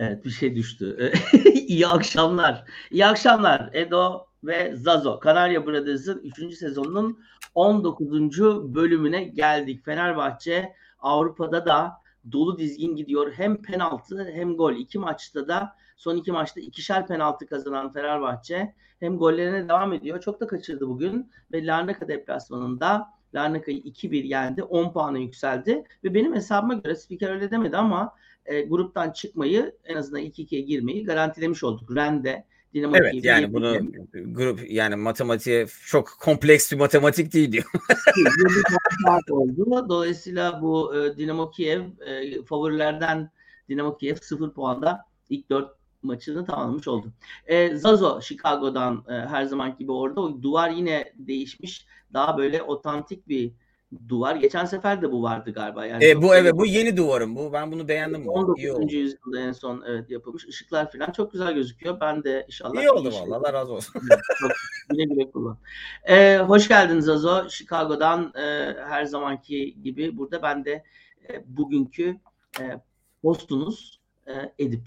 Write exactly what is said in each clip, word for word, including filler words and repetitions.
Evet, bir şey düştü. İyi akşamlar. İyi akşamlar Edo ve Zazo. Kanarya Brothers'ın üçüncü sezonunun on dokuzuncu bölümüne geldik. Fenerbahçe Avrupa'da da dolu dizgin gidiyor. Hem penaltı hem gol. İki maçta da son iki maçta ikişer penaltı kazanan Fenerbahçe hem gollerine devam ediyor. Çok da kaçırdı bugün ve Larnaca deplasmanında Larnaca'yı iki bir yendi. on puana yükseldi ve benim hesabıma göre spiker öyle demedi ama e, gruptan çıkmayı, en azından ilk ikiye girmeyi garantilemiş olduk. Rennes'de Dinamo Evet, Kiev'i yani bunu grup, yani matematiğe çok kompleks bir matematik değil diyor. yedi oldu. Dolayısıyla bu e, Dinamo Kiev e, favorilerden Dinamo Kiev sıfır puanda ilk dört maçını tamamlamış oldu. E, Zazo Chicago'dan e, her zaman gibi orada. O duvar yine değişmiş. Daha böyle otantik bir duvar. Geçen sefer de bu vardı galiba. Yani e, çok bu evet böyle bu yeni duvarım bu. Ben bunu beğendim bu. on İyi oldu. dokuzuncu yüzyılda en son evet yapılmış. Işıklar falan çok güzel gözüküyor. Ben de inşallah İyi oldu iyi vallahi. Allah razı olsun. çok güle güle kullan. Ee, hoş geldiniz Azo. Chicago'dan e, her zamanki gibi burada ben de e, bugünkü e, postunuz e, Edip.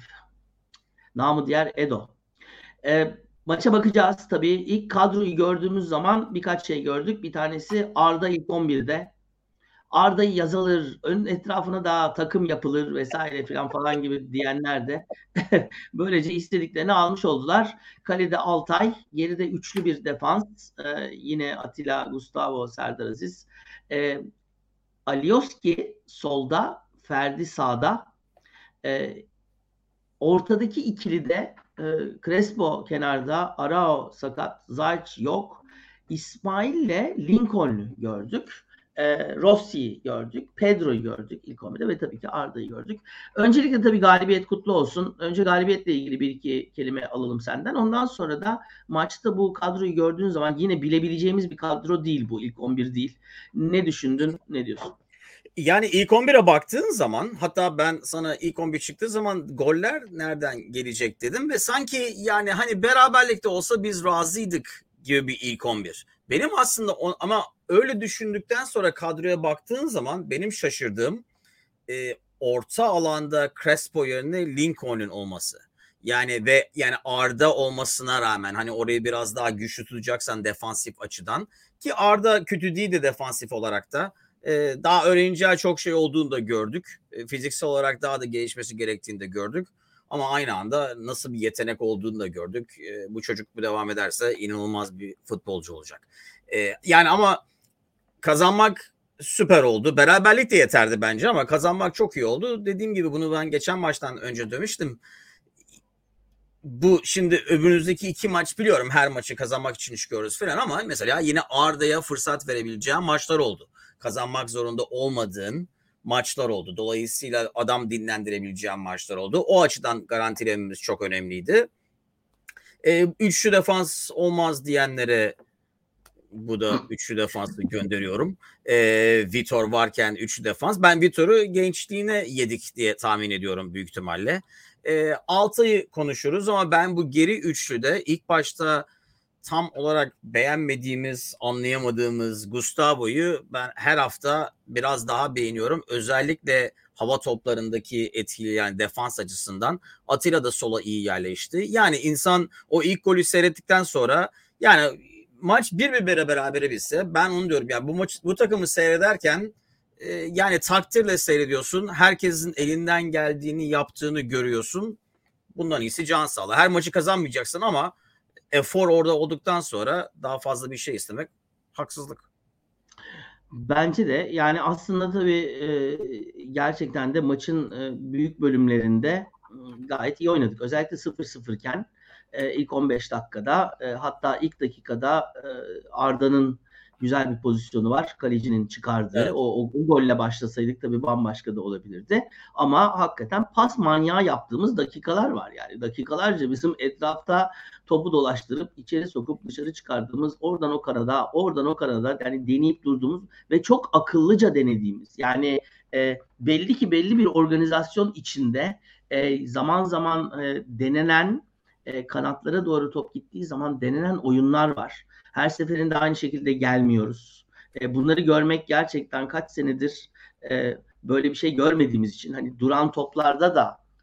Namı diğer Edo. E, maça bakacağız tabii. İlk kadroyu gördüğümüz zaman birkaç şey gördük. Bir tanesi Arda ilk on birde. Arda'yı yazılır, ön etrafına da takım yapılır vesaire falan falan gibi diyenler de böylece istediklerini almış oldular. Kalede Altay, geride üçlü bir defans. Ee, yine Atilla, Gustavo, Serdar Aziz. Ee, Alioski solda, Ferdi sağda. Ee, ortadaki ikili de e, Crespo kenarda, Arao sakat, Zayç yok. İsmail'le Lincoln'u gördük. E, Rossi'yi gördük. Pedro'yu gördük ilk on birde ve tabii ki Arda'yı gördük. Öncelikle tabii galibiyet kutlu olsun. Önce galibiyetle ilgili bir iki kelime alalım senden. Ondan sonra da maçta bu kadroyu gördüğün zaman yine bilebileceğimiz bir kadro değil bu. İlk on bir değil. Ne düşündün? Ne diyorsun? Yani ilk on bire baktığın zaman, hatta ben sana ilk on bir çıktığı zaman goller nereden gelecek dedim ve sanki yani hani beraberlikte olsa biz razıydık gibi bir ilk on bir. Benim aslında o, ama öyle düşündükten sonra kadroya baktığın zaman benim şaşırdığım e, orta alanda Crespo yerine Lincoln'un olması. Yani ve yani Arda olmasına rağmen hani orayı biraz daha güçlü tutacaksan defansif açıdan, ki Arda kötü değil de defansif olarak da e, daha öğreneceği çok şey olduğunu da gördük. E, fiziksel olarak daha da gelişmesi gerektiğini de gördük. Ama aynı anda nasıl bir yetenek olduğunu da gördük. E, bu çocuk bu devam ederse inanılmaz bir futbolcu olacak. E, yani ama kazanmak süper oldu. Beraberlik de yeterdi bence ama kazanmak çok iyi oldu. Dediğim gibi bunu ben geçen maçtan önce demiştim. Bu şimdi öbürünüzdeki iki maç biliyorum her maçı kazanmak için çıkıyoruz falan ama mesela yine Arda'ya fırsat verebileceğim maçlar oldu. Kazanmak zorunda olmadığın maçlar oldu. Dolayısıyla adam dinlendirebileceğim maçlar oldu. O açıdan garantilememiz çok önemliydi. E, üçlü defans olmaz diyenlere bu da üçlü defansı gönderiyorum. E, Vitor varken üçlü defans. Ben Vitor'u gençliğine yedik diye tahmin ediyorum büyük ihtimalle. E, Altay'ı konuşuruz ama ben bu geri üçlüde ilk başta tam olarak beğenmediğimiz, anlayamadığımız Gustavo'yu ben her hafta biraz daha beğeniyorum. Özellikle hava toplarındaki etkili, yani defans açısından. Atilla da sola iyi yerleşti. Yani insan o ilk golü seyrettikten sonra, yani maç bir bir berabere bitse, ben onu diyorum yani bu maç, bu takımı seyrederken e, yani takdirle seyrediyorsun. Herkesin elinden geldiğini yaptığını görüyorsun. Bundan iyisi can sağlığı. Her maçı kazanmayacaksın ama efor orada olduktan sonra daha fazla bir şey istemek haksızlık. Bence de yani aslında tabii e, gerçekten de maçın e, büyük bölümlerinde e, gayet iyi oynadık. Özellikle sıfır sıfır iken e, ilk on beş dakikada e, hatta ilk dakikada e, Arda'nın güzel bir pozisyonu var. Kalecinin çıkardığı. Evet. O, o, o golle başlasaydık tabii bambaşka da olabilirdi. Ama hakikaten pas manyağı yaptığımız dakikalar var yani. Dakikalarca bizim etrafta topu dolaştırıp içeri sokup dışarı çıkardığımız, oradan o kanada, oradan o kanada yani deneyip durduğumuz ve çok akıllıca denediğimiz, yani e, belli ki belli bir organizasyon içinde e, zaman zaman e, denenen e, kanatlara doğru top gittiği zaman denenen oyunlar var. Her seferinde aynı şekilde gelmiyoruz. E, bunları görmek gerçekten kaç senedir e, böyle bir şey görmediğimiz için, hani duran toplarda da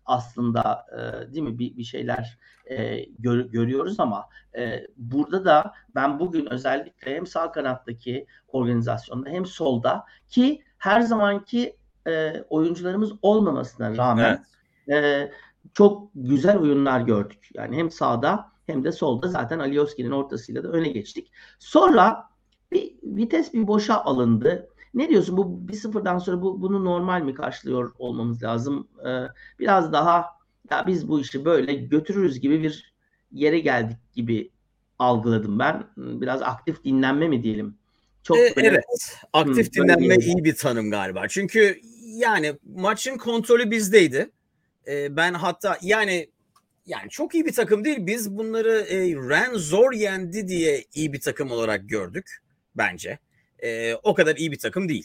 aslında e, değil mi bir, bir şeyler e, gör, görüyoruz ama e, burada da ben bugün özellikle hem sağ kanattaki organizasyonda hem solda ki her zamanki e, oyuncularımız olmamasına rağmen evet. e, çok güzel oyunlar gördük. Yani hem sağda hem de solda zaten Alioski'nin ortasıyla da öne geçtik. Sonra bir vites bir boşa alındı. Ne diyorsun? Bu bir sıfırdan sonra bu bunu normal mi karşılıyor olmamız lazım? Ee, biraz daha ya biz bu işi böyle götürürüz gibi bir yere geldik gibi algıladım ben. Biraz aktif dinlenme mi diyelim? Çok ee, böyle, evet. Aktif hı, dinlenme iyi bir tanım galiba. Çünkü yani maçın kontrolü bizdeydi. Ee, ben hatta yani yani çok iyi bir takım değil. Biz bunları e, Ren zor yendi diye iyi bir takım olarak gördük bence. E, o kadar iyi bir takım değil.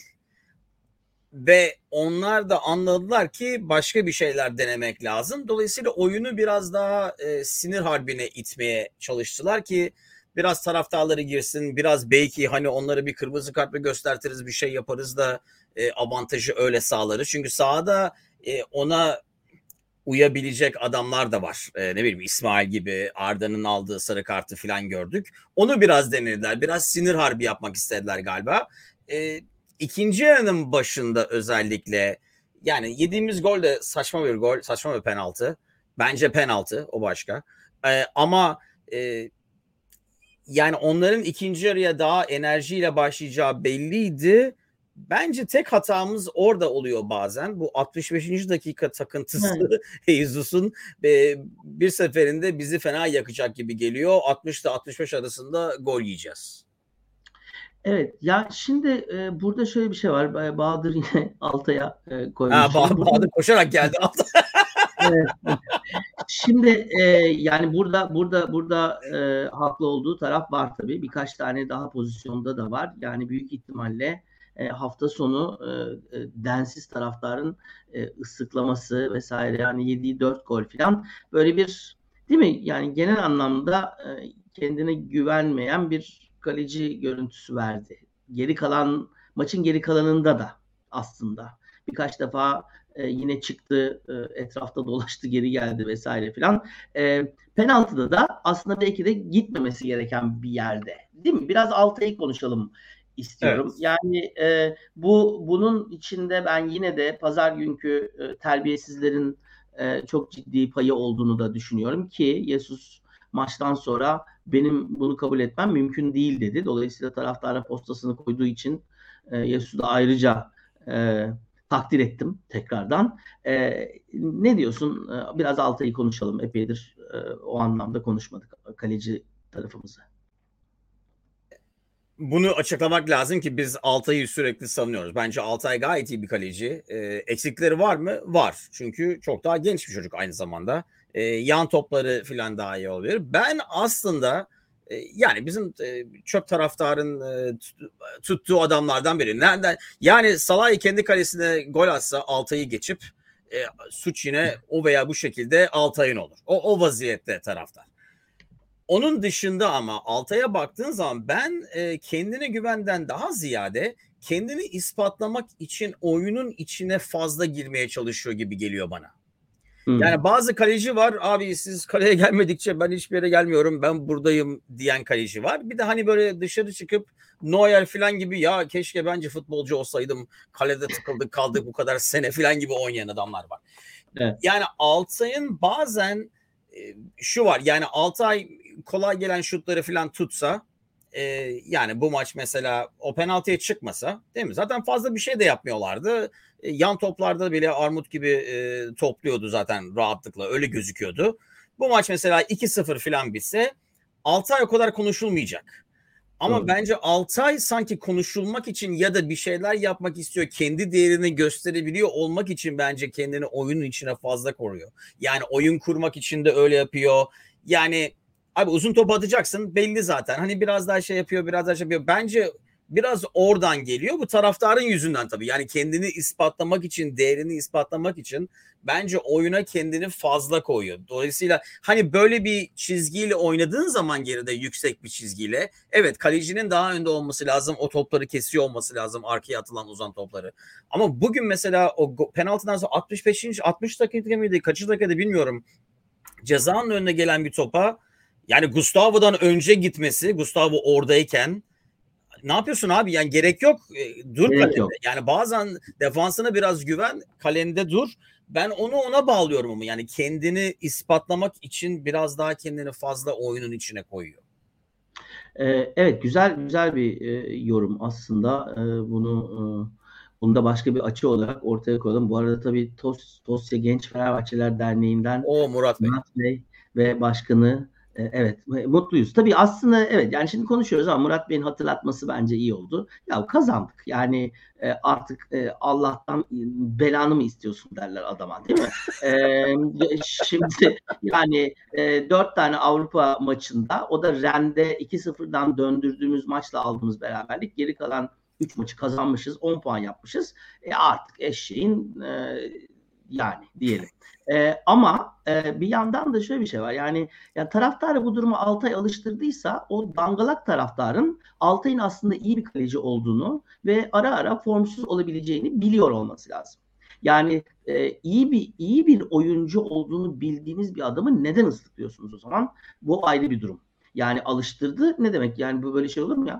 Ve onlar da anladılar ki başka bir şeyler denemek lazım. Dolayısıyla oyunu biraz daha e, sinir harbine itmeye çalıştılar ki biraz taraftarları girsin. Biraz belki hani onlara bir kırmızı kartla göstertiriz, bir şey yaparız da e, avantajı öyle sağlarız. Çünkü sahada e, ona uyabilecek adamlar da var. Ee, ne bileyim İsmail gibi Arda'nın aldığı sarı kartı falan gördük. Onu biraz denediler. Biraz sinir harbi yapmak istediler galiba. Ee, ikinci yarının başında özellikle yani yediğimiz gol de saçma bir gol. Saçma bir penaltı. Bence penaltı. O başka. Ee, ama e, yani onların ikinci yarıya daha enerjiyle başlayacağı belliydi. Bence tek hatamız orada oluyor bazen. Bu altmış beşinci dakika takıntısı Jesus'un bir seferinde bizi fena yakacak gibi geliyor. altmış ile altmış beş arasında gol yiyeceğiz. Evet ya şimdi e, burada şöyle bir şey var. Bahadır yine Altay'a e, koymuş. Ha, bah- Bahadır burada... koşarak geldi Altay. Evet. Şimdi e, yani burada burada burada e, haklı olduğu taraf var tabii. Birkaç tane daha pozisyonda da var. Yani büyük ihtimalle e, hafta sonu e, e, densiz taraftarın e, ıslıklaması vesaire yani yediği dört gol falan böyle bir değil mi? Yani genel anlamda e, kendine güvenmeyen bir kaleci görüntüsü verdi. Geri kalan maçın geri kalanında da aslında birkaç defa e, yine çıktı, e, etrafta dolaştı, geri geldi vesaire filan. E, penaltıda da aslında belki de gitmemesi gereken bir yerde. Değil mi? Biraz Altay'ı konuşalım istiyorum. Evet. Yani e, bu bunun içinde ben yine de pazar günkü e, terbiyesizlerin e, çok ciddi payı olduğunu da düşünüyorum ki Jesus maçtan sonra benim bunu kabul etmem mümkün değil dedi. Dolayısıyla taraftara postasını koyduğu için e, Jesus'u da ayrıca e, takdir ettim tekrardan. E, ne diyorsun? E, biraz Altay'ı konuşalım. Epeydir e, o anlamda konuşmadık kaleci tarafımızı. Bunu açıklamak lazım ki biz Altay'ı sürekli savunuyoruz. Bence Altay gayet iyi bir kaleci. E, eksikleri var mı? Var. Çünkü çok daha genç bir çocuk aynı zamanda. E, yan topları falan daha iyi olabilir. Ben aslında e, yani bizim e, çöp taraftarın e, tuttuğu adamlardan biri. Nereden? Yani Salah'ı kendi kalesine gol atsa Altay'ı geçip e, suç yine o veya bu şekilde Altay'ın olur. O, o vaziyette taraftar. Onun dışında ama Altay'a baktığın zaman ben e, kendine güvenden daha ziyade kendini ispatlamak için oyunun içine fazla girmeye çalışıyor gibi geliyor bana. Hmm. Yani bazı kaleci var, abi siz kaleye gelmedikçe ben hiçbir yere gelmiyorum, ben buradayım diyen kaleci var. Bir de hani böyle dışarı çıkıp Neuer falan gibi ya keşke bence futbolcu olsaydım, kalede tıkıldık kaldık bu kadar sene falan gibi oynayan adamlar var. Evet. Yani Altay'ın bazen e, şu var, yani Altay kolay gelen şutları falan tutsa e, yani bu maç mesela o penaltıya çıkmasa değil mi? Zaten fazla bir şey de yapmıyorlardı. E, yan toplarda bile armut gibi e, topluyordu zaten rahatlıkla, öyle gözüküyordu. Bu maç mesela iki sıfır falan bitse Altay o kadar konuşulmayacak. Ama evet, bence Altay sanki konuşulmak için ya da bir şeyler yapmak istiyor, kendi değerini gösterebiliyor olmak için bence kendini oyunun içine fazla koruyor. Yani oyun kurmak için de öyle yapıyor. Yani abi uzun top atacaksın belli zaten. Hani biraz daha şey yapıyor, biraz daha şey yapıyor. Bence biraz oradan geliyor. Bu taraftarın yüzünden tabii. Yani kendini ispatlamak için, değerini ispatlamak için bence oyuna kendini fazla koyuyor. Dolayısıyla hani böyle bir çizgiyle oynadığın zaman geride yüksek bir çizgiyle, evet kalecinin daha önde olması lazım. O topları kesiyor olması lazım. Arkaya atılan uzan topları. Ama bugün mesela o penaltıdan sonra altmış beşinci altmış dakika mıydı? Kaçıncı dakikada bilmiyorum. Cezanın önüne gelen bir topa yani Gustavo'dan önce gitmesi, Gustavo oradayken ne yapıyorsun abi? Yani gerek yok. E, dur Gerek kalende. yok. Yani bazen defansına biraz güven, kalende dur. Ben onu ona bağlıyorum ama yani kendini ispatlamak için biraz daha kendini fazla oyunun içine koyuyor. Ee, evet, güzel güzel bir e, yorum aslında. Ee, bunu e, bunu da başka bir açı olarak ortaya koyalım. Bu arada tabii Tos, Tosya Genç Fenerbahçeler Derneği'nden O Murat Bey. Murat Bey ve başkanı, e, evet, mutluyuz. Tabii aslında evet, yani şimdi konuşuyoruz ama Murat Bey'in hatırlatması bence iyi oldu. Ya kazandık. Yani e, artık e, Allah'tan belanı mı istiyorsun derler adama, değil mi? E, şimdi yani e, dört tane Avrupa maçında, o da Rennes'de iki sıfırdan döndürdüğümüz maçla aldığımız beraberlik. Geri kalan üç maçı kazanmışız. on puan yapmışız. E artık eşeğin e, yani diyelim. E, ama e, bir yandan da şöyle bir şey var. Yani, yani taraftarı bu durumu Altay alıştırdıysa, o dangalak taraftarın Altay'ın aslında iyi bir kaleci olduğunu ve ara ara formsuz olabileceğini biliyor olması lazım. Yani e, iyi bir iyi bir oyuncu olduğunu bildiğiniz bir adamı neden ıslıklıyorsunuz o zaman? Bu ayrı bir durum. Yani alıştırdı ne demek? Yani bu böyle şey olur mu ya?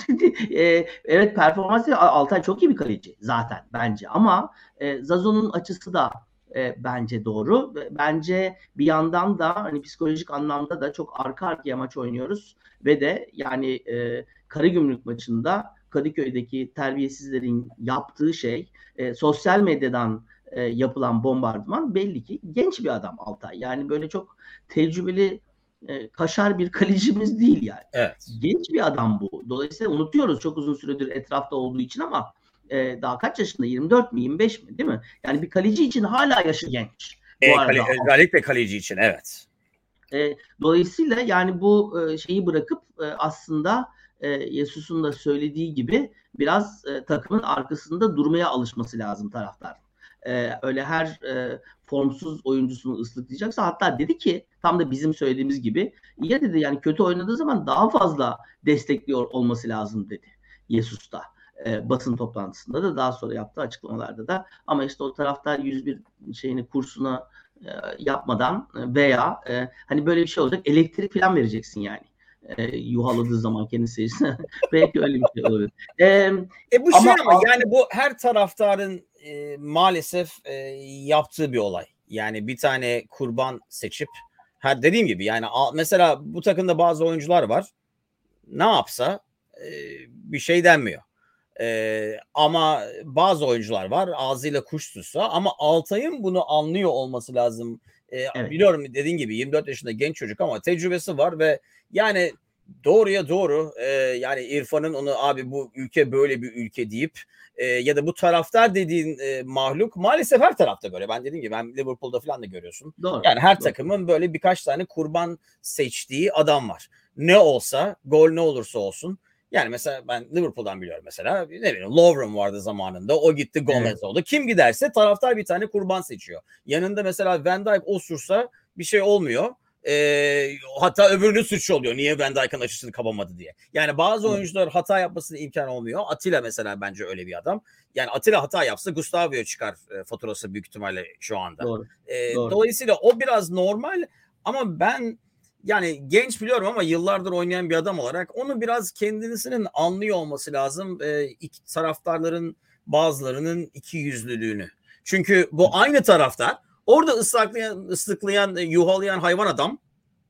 e, evet, performansı Altay çok iyi bir kaleci zaten bence, ama e, Zazo'nun açısı da e, bence doğru. Bence bir yandan da hani psikolojik anlamda da çok arka arkaya maç oynuyoruz ve de yani e, Karagümrük maçında Kadıköy'deki terbiyesizlerin yaptığı şey, e, sosyal medyadan e, yapılan bombardıman, belli ki genç bir adam Altay. Yani böyle çok tecrübeli, e, kaşar bir kalecimiz değil yani. Evet. Genç bir adam bu. Dolayısıyla unutuyoruz çok uzun süredir etrafta olduğu için, ama e, daha kaç yaşında? yirmi dört mi, yirmi beş mi, değil mi? Yani bir kaleci için hala yaşı genç. Bu E, arada. kale, özellikle kaleci için, evet. E, dolayısıyla yani bu e, şeyi bırakıp e, aslında e, Yesus'un da söylediği gibi biraz e, takımın arkasında durmaya alışması lazım taraftar. E, öyle her e, formsuz oyuncusunu ıslıklayacaksa, hatta dedi ki tam da bizim söylediğimiz gibi, ya dedi yani kötü oynadığı zaman daha fazla destekliyor olması lazım dedi Yesus da. E, basın toplantısında da, daha sonra yaptığı açıklamalarda da. Ama işte o taraftar yüz bir şeyini, kursuna e, yapmadan veya e, hani böyle bir şey olacak, elektrik falan vereceksin yani. E, yuhaladığı zaman kendi seyircisine. Belki öyle bir şey olabilir. E, e bu ama, şey ama yani bu her taraftarın e, maalesef e, yaptığı bir olay. Yani bir tane kurban seçip, ha dediğim gibi yani mesela bu takımda bazı oyuncular var. Ne yapsa e, bir şey denmiyor. Ee, ama bazı oyuncular var ağzıyla kuş tutsa, ama Altay'ın bunu anlıyor olması lazım. Ee, evet. Biliyorum dediğin gibi yirmi dört yaşında genç çocuk ama tecrübesi var ve yani doğruya doğru e, yani İrfan'ın onu abi bu ülke böyle bir ülke deyip e, ya da bu taraftar dediğin e, mahluk maalesef her tarafta böyle. Ben dediğim gibi ben Liverpool'da falan da görüyorsun. Doğru, yani her doğru. takımın böyle birkaç tane kurban seçtiği adam var. Ne olsa, gol ne olursa olsun. Yani mesela ben Liverpool'dan biliyorum mesela. Ne bileyim, Lovren vardı zamanında. O gitti, Gomez evet. oldu. Kim giderse taraftar bir tane kurban seçiyor. Yanında mesela Van Dijk osursa bir şey olmuyor. Ee, hatta öbürünün suçu oluyor. Niye Van Dijk'ın açısını kapamadı diye. Yani bazı oyuncular hata yapmasına imkan olmuyor. Atilla mesela bence öyle bir adam. Yani Atilla hata yapsa Gustavo'ya çıkar e, faturası büyük ihtimalle şu anda. Doğru. Ee, Doğru. Dolayısıyla o biraz normal, ama ben yani genç biliyorum ama yıllardır oynayan bir adam olarak onu biraz kendisinin anlıyor olması lazım. E, iki taraftarların bazılarının iki yüzlülüğünü. Çünkü bu aynı taraftar orada ıslaklayan, ıslıklayan, yuhalayan hayvan adam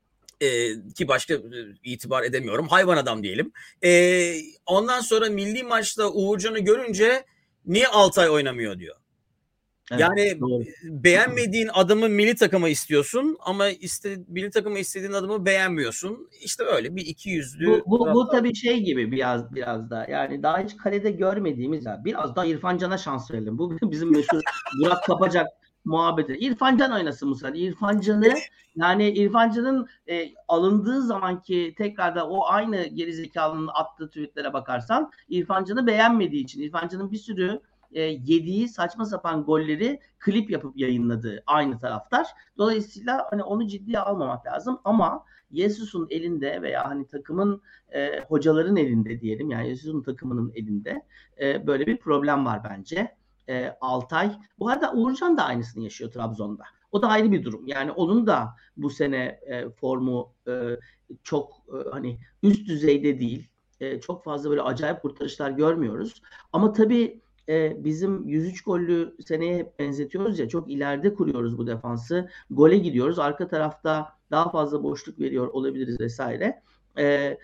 e, ki başka e, itibar edemiyorum. Hayvan adam diyelim. E, ondan sonra milli maçta Uğurcan'ı görünce niye Altay oynamıyor diyor. Evet, yani doğru. Beğenmediğin adamı milli takıma istiyorsun ama iste, milli takıma istediğin adamı beğenmiyorsun. İşte öyle bir iki yüzlü. Bu, bu, bu tabii şey gibi biraz biraz da yani daha hiç kalede görmediğimiz, biraz daha İrfan Can'a şans verelim. Bu bizim meşhur Burak Kapacak muhabbeti. İrfan Can oynasın bu sefer. İrfan Can'ı yani İrfan Can'ın e, alındığı zamanki tekrar da o aynı gerizekalının attığı tweetlere bakarsan İrfan Can'ı beğenmediği için İrfan Can'ın bir sürü e, yediği saçma sapan golleri klip yapıp yayınladığı aynı taraftar. Dolayısıyla hani onu ciddiye almamak lazım ama Jesus'un elinde veya hani takımın e, hocaların elinde diyelim yani Jesus'un takımının elinde e, böyle bir problem var bence. E, Altay. Bu arada Uğurcan da aynısını yaşıyor Trabzon'da. O da ayrı bir durum. Yani onun da bu sene e, formu e, çok e, hani üst düzeyde değil. E, çok fazla böyle acayip kurtarışlar görmüyoruz. Ama tabii e, bizim yüz üç gollü seneye hep benzetiyoruz ya çok ileride kuruyoruz bu defansı. Gole gidiyoruz. Arka tarafta daha fazla boşluk veriyor olabiliriz vesaire. E,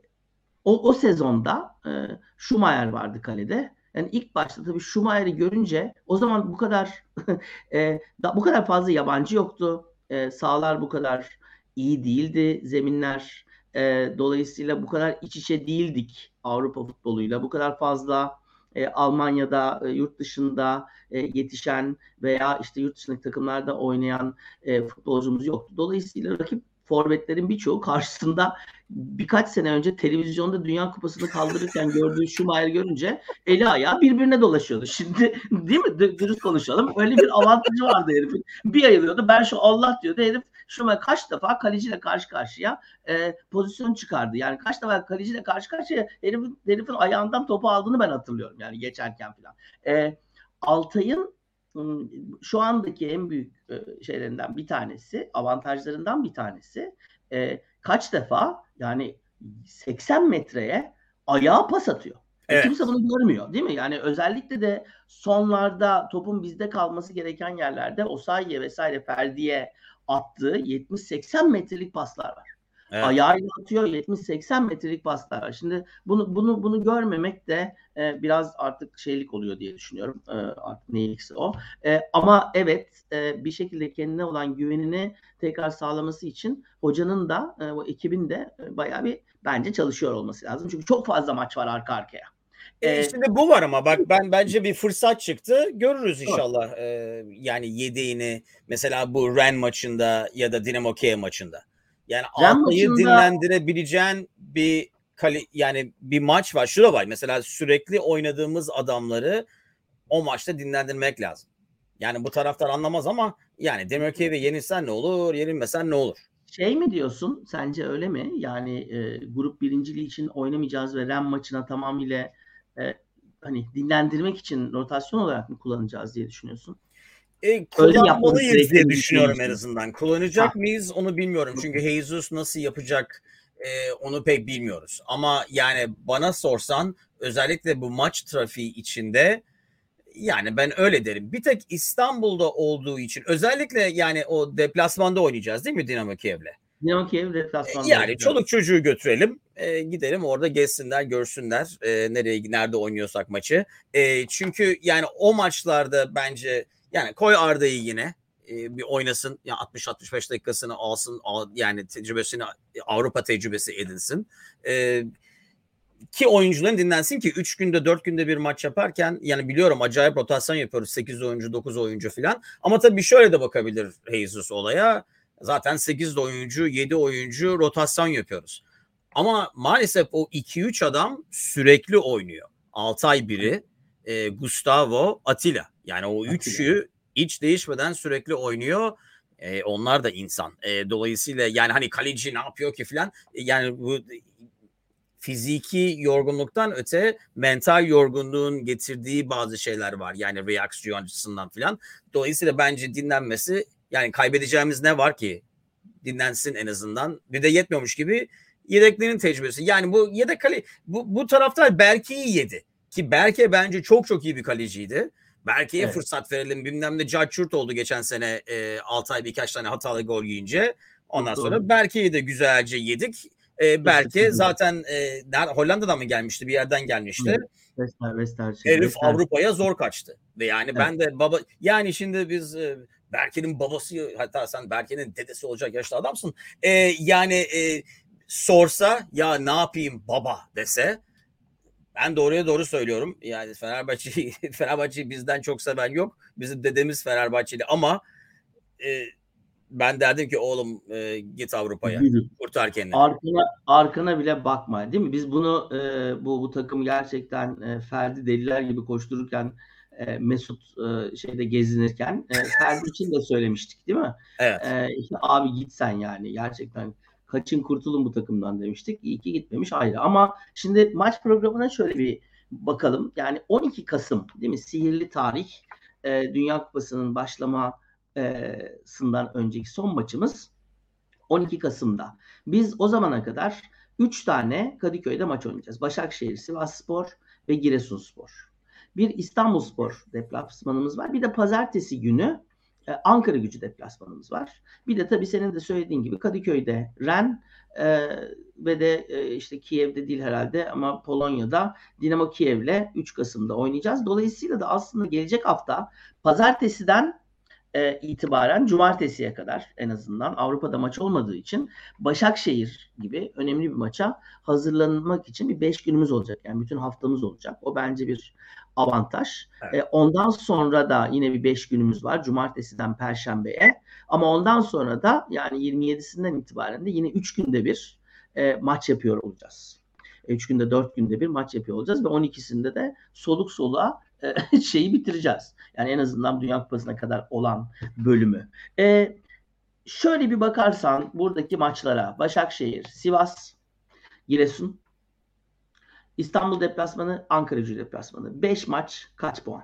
o, o sezonda e, Schumacher vardı kalede. Yani ilk başta tabii Schumacher'i görünce o zaman bu kadar e, da, bu kadar fazla yabancı yoktu. E, sahalar bu kadar iyi değildi, zeminler. E, dolayısıyla bu kadar iç içe değildik Avrupa futboluyla. Bu kadar fazla e, Almanya'da, e, yurt dışında e, yetişen veya işte yurt dışındaki takımlarda oynayan e, futbolcumuz yoktu. Dolayısıyla rakip forvetlerin birçoğu karşısında birkaç sene önce televizyonda Dünya Kupası'nı kaldırırken gördüğü Schumacher'i görünce eli ayağı birbirine dolaşıyordu. Şimdi değil mi? D- dürüst konuşalım. Öyle bir avantajı vardı herifin. Bir ayılıyordu. Ben şu Allah diyordu. Herif Schumacher kaç defa kaleciyle karşı karşıya e, pozisyon çıkardı. Yani kaç defa kaleciyle karşı karşıya herifin, herifin ayağından topu aldığını ben hatırlıyorum. Yani geçerken falan. E, Altay'ın şu andaki en büyük şeylerinden bir tanesi, avantajlarından bir tanesi e, kaç defa yani seksen metreye ayağa pas atıyor. Evet. Kimse bunu görmüyor değil mi? Yani özellikle de sonlarda topun bizde kalması gereken yerlerde Osayi'ye vesaire Ferdi'ye attığı yetmiş seksen metrelik paslar var. Evet. Ayağıyla atıyor yetmiş seksen metrelik paslar var. Şimdi bunu bunu bunu görmemek de e, biraz artık şeylik oluyor diye düşünüyorum. E, artık neylikse o. E, ama evet e, bir şekilde kendine olan güvenini tekrar sağlaması için hocanın da e, o ekibin de e, bayağı bir bence çalışıyor olması lazım. Çünkü çok fazla maç var arka arkaya. E şimdi bu var ama bak ben bence bir fırsat çıktı. Görürüz inşallah. Ee, yani yedeğini mesela bu Ren maçında ya da Dinamo Kiev maçında. Yani Ren Altay'ı maçında... dinlendirebileceğin bir kali, yani bir maç var. Şurada var. Mesela sürekli oynadığımız adamları o maçta dinlendirmek lazım. Yani bu taraftar anlamaz ama yani Dinamo Kiev'e yenilsen ne olur, yenilmesen ne olur? Şey mi diyorsun? Sence öyle mi? Yani e, grup birinciliği için oynamayacağız ve Ren maçına tamamıyla e, hani dinlendirmek için rotasyon olarak mı kullanacağız diye düşünüyorsun? E, kullanmalıyız diye düşünüyorum en azından. Kullanacak ha. mıyız onu bilmiyorum. Çünkü Jesus nasıl yapacak e, onu pek bilmiyoruz. Ama yani bana sorsan özellikle bu maç trafiği içinde yani ben öyle derim. Bir tek İstanbul'da olduğu için özellikle yani o deplasmanda oynayacağız değil mi Dinamo Kiev'le? Dinamo Kiev deplasmanda. Yani oynayacağız. Çoluk çocuğu götürelim. E, gidelim orada gezsinler, görsünler e, nereye nerede oynuyorsak maçı. E, çünkü yani o maçlarda bence yani koy Arda'yı yine e, bir oynasın. Ya altmış altmış beş dakikasını alsın. Al, yani tecrübesini Avrupa tecrübesi edinsin. E, ki oyuncuların dinlensin ki üç günde dört günde bir maç yaparken yani biliyorum acayip rotasyon yapıyoruz. sekiz oyuncu dokuz oyuncu falan. Ama tabii şöyle de bakabilir Jesus olaya. Zaten sekiz oyuncu yedi oyuncu rotasyon yapıyoruz. Ama maalesef o iki üç adam sürekli oynuyor. Altay biri, e, Gustavo, Atilla. Yani o Atilla. Üçü hiç değişmeden sürekli oynuyor. E, onlar da insan. E, dolayısıyla yani hani kaleci ne yapıyor ki falan. E, yani bu fiziki yorgunluktan öte mental yorgunluğun getirdiği bazı şeyler var. Yani reaksiyon açısından falan. Dolayısıyla bence dinlenmesi yani kaybedeceğimiz ne var ki? Dinlensin en azından. Bir de yetmiyormuş gibi yedeklerin tecrübesi. Yani bu yedek kale bu, bu taraftar Berke'yi yedi. Ki Berke bence çok çok iyi bir kaleciydi. Berke'ye evet. fırsat verelim. Bilmem ne cahçurt oldu geçen sene e, altı ay birkaç tane hatalı gol yiyince. Ondan çok sonra doğru. Berke'yi de güzelce yedik. E, Berke zaten e, Hollanda'dan mı gelmişti? Bir yerden gelmişti. Evet. Wester, Wester, şey, Herif Wester. Avrupa'ya zor kaçtı. Ve yani evet. ben de baba yani şimdi biz e, Berke'nin babası hatta sen Berke'nin dedesi olacak yaşlı adamsın. E, yani e, sorsa ya ne yapayım baba dese Ben doğruya doğru söylüyorum. Yani Fenerbahçe'yi Fenerbahçe'yi bizden çok seven yok. Bizim dedemiz Fenerbahçeli ama e, ben derdim ki oğlum e, git Avrupa'ya. Yürü. Kurtar kendini. Arkana, arkana bile bakma, değil mi? Biz bunu e, bu bu takım gerçekten e, Ferdi deliler gibi koştururken e, Mesut e, şeyde gezinirken e, Ferdi için de söylemiştik, değil mi? Evet. E, işte, abi git sen yani gerçekten kaçın kurtulun bu takımdan demiştik. İyi ki gitmemiş ayrı. Ama şimdi maç programına şöyle bir bakalım. Yani on iki Kasım değil mi? Sihirli tarih. E, Dünya Kupası'nın başlamasından önceki son maçımız on iki Kasım'da. Biz o zamana kadar üç tane Kadıköy'de maç oynayacağız. Başakşehir, Sivasspor ve Giresunspor. Bir İstanbulspor deplasmanımız var. Bir de pazartesi günü Ankara Gücü deplasmanımız var. Bir de tabii senin de söylediğin gibi Kadıköy'de Ren e, ve de e, işte Kiev'de değil herhalde ama Polonya'da Dinamo Kiev'le üç Kasım'da oynayacağız. Dolayısıyla da aslında gelecek hafta pazartesiden e, itibaren cumartesiye kadar en azından Avrupa'da maç olmadığı için Başakşehir gibi önemli bir maça hazırlanmak için bir beş günümüz olacak. Yani bütün haftamız olacak. O bence bir avantaj. Evet. E, ondan sonra da yine bir beş günümüz var. Cumartesiden Perşembe'ye. Ama ondan sonra da yani yirmi yedisinden itibaren de yine üç günde bir e, maç yapıyor olacağız. üç günde dört günde bir maç yapıyor olacağız ve on ikisinde de soluk soluğa e, şeyi bitireceğiz. Yani en azından Dünya Kupası'na kadar olan bölümü. E, şöyle bir bakarsan buradaki maçlara Başakşehir, Sivas, Giresun, İstanbul deplasmanı, Ankara Gücü deplasmanı. beş maç kaç puan?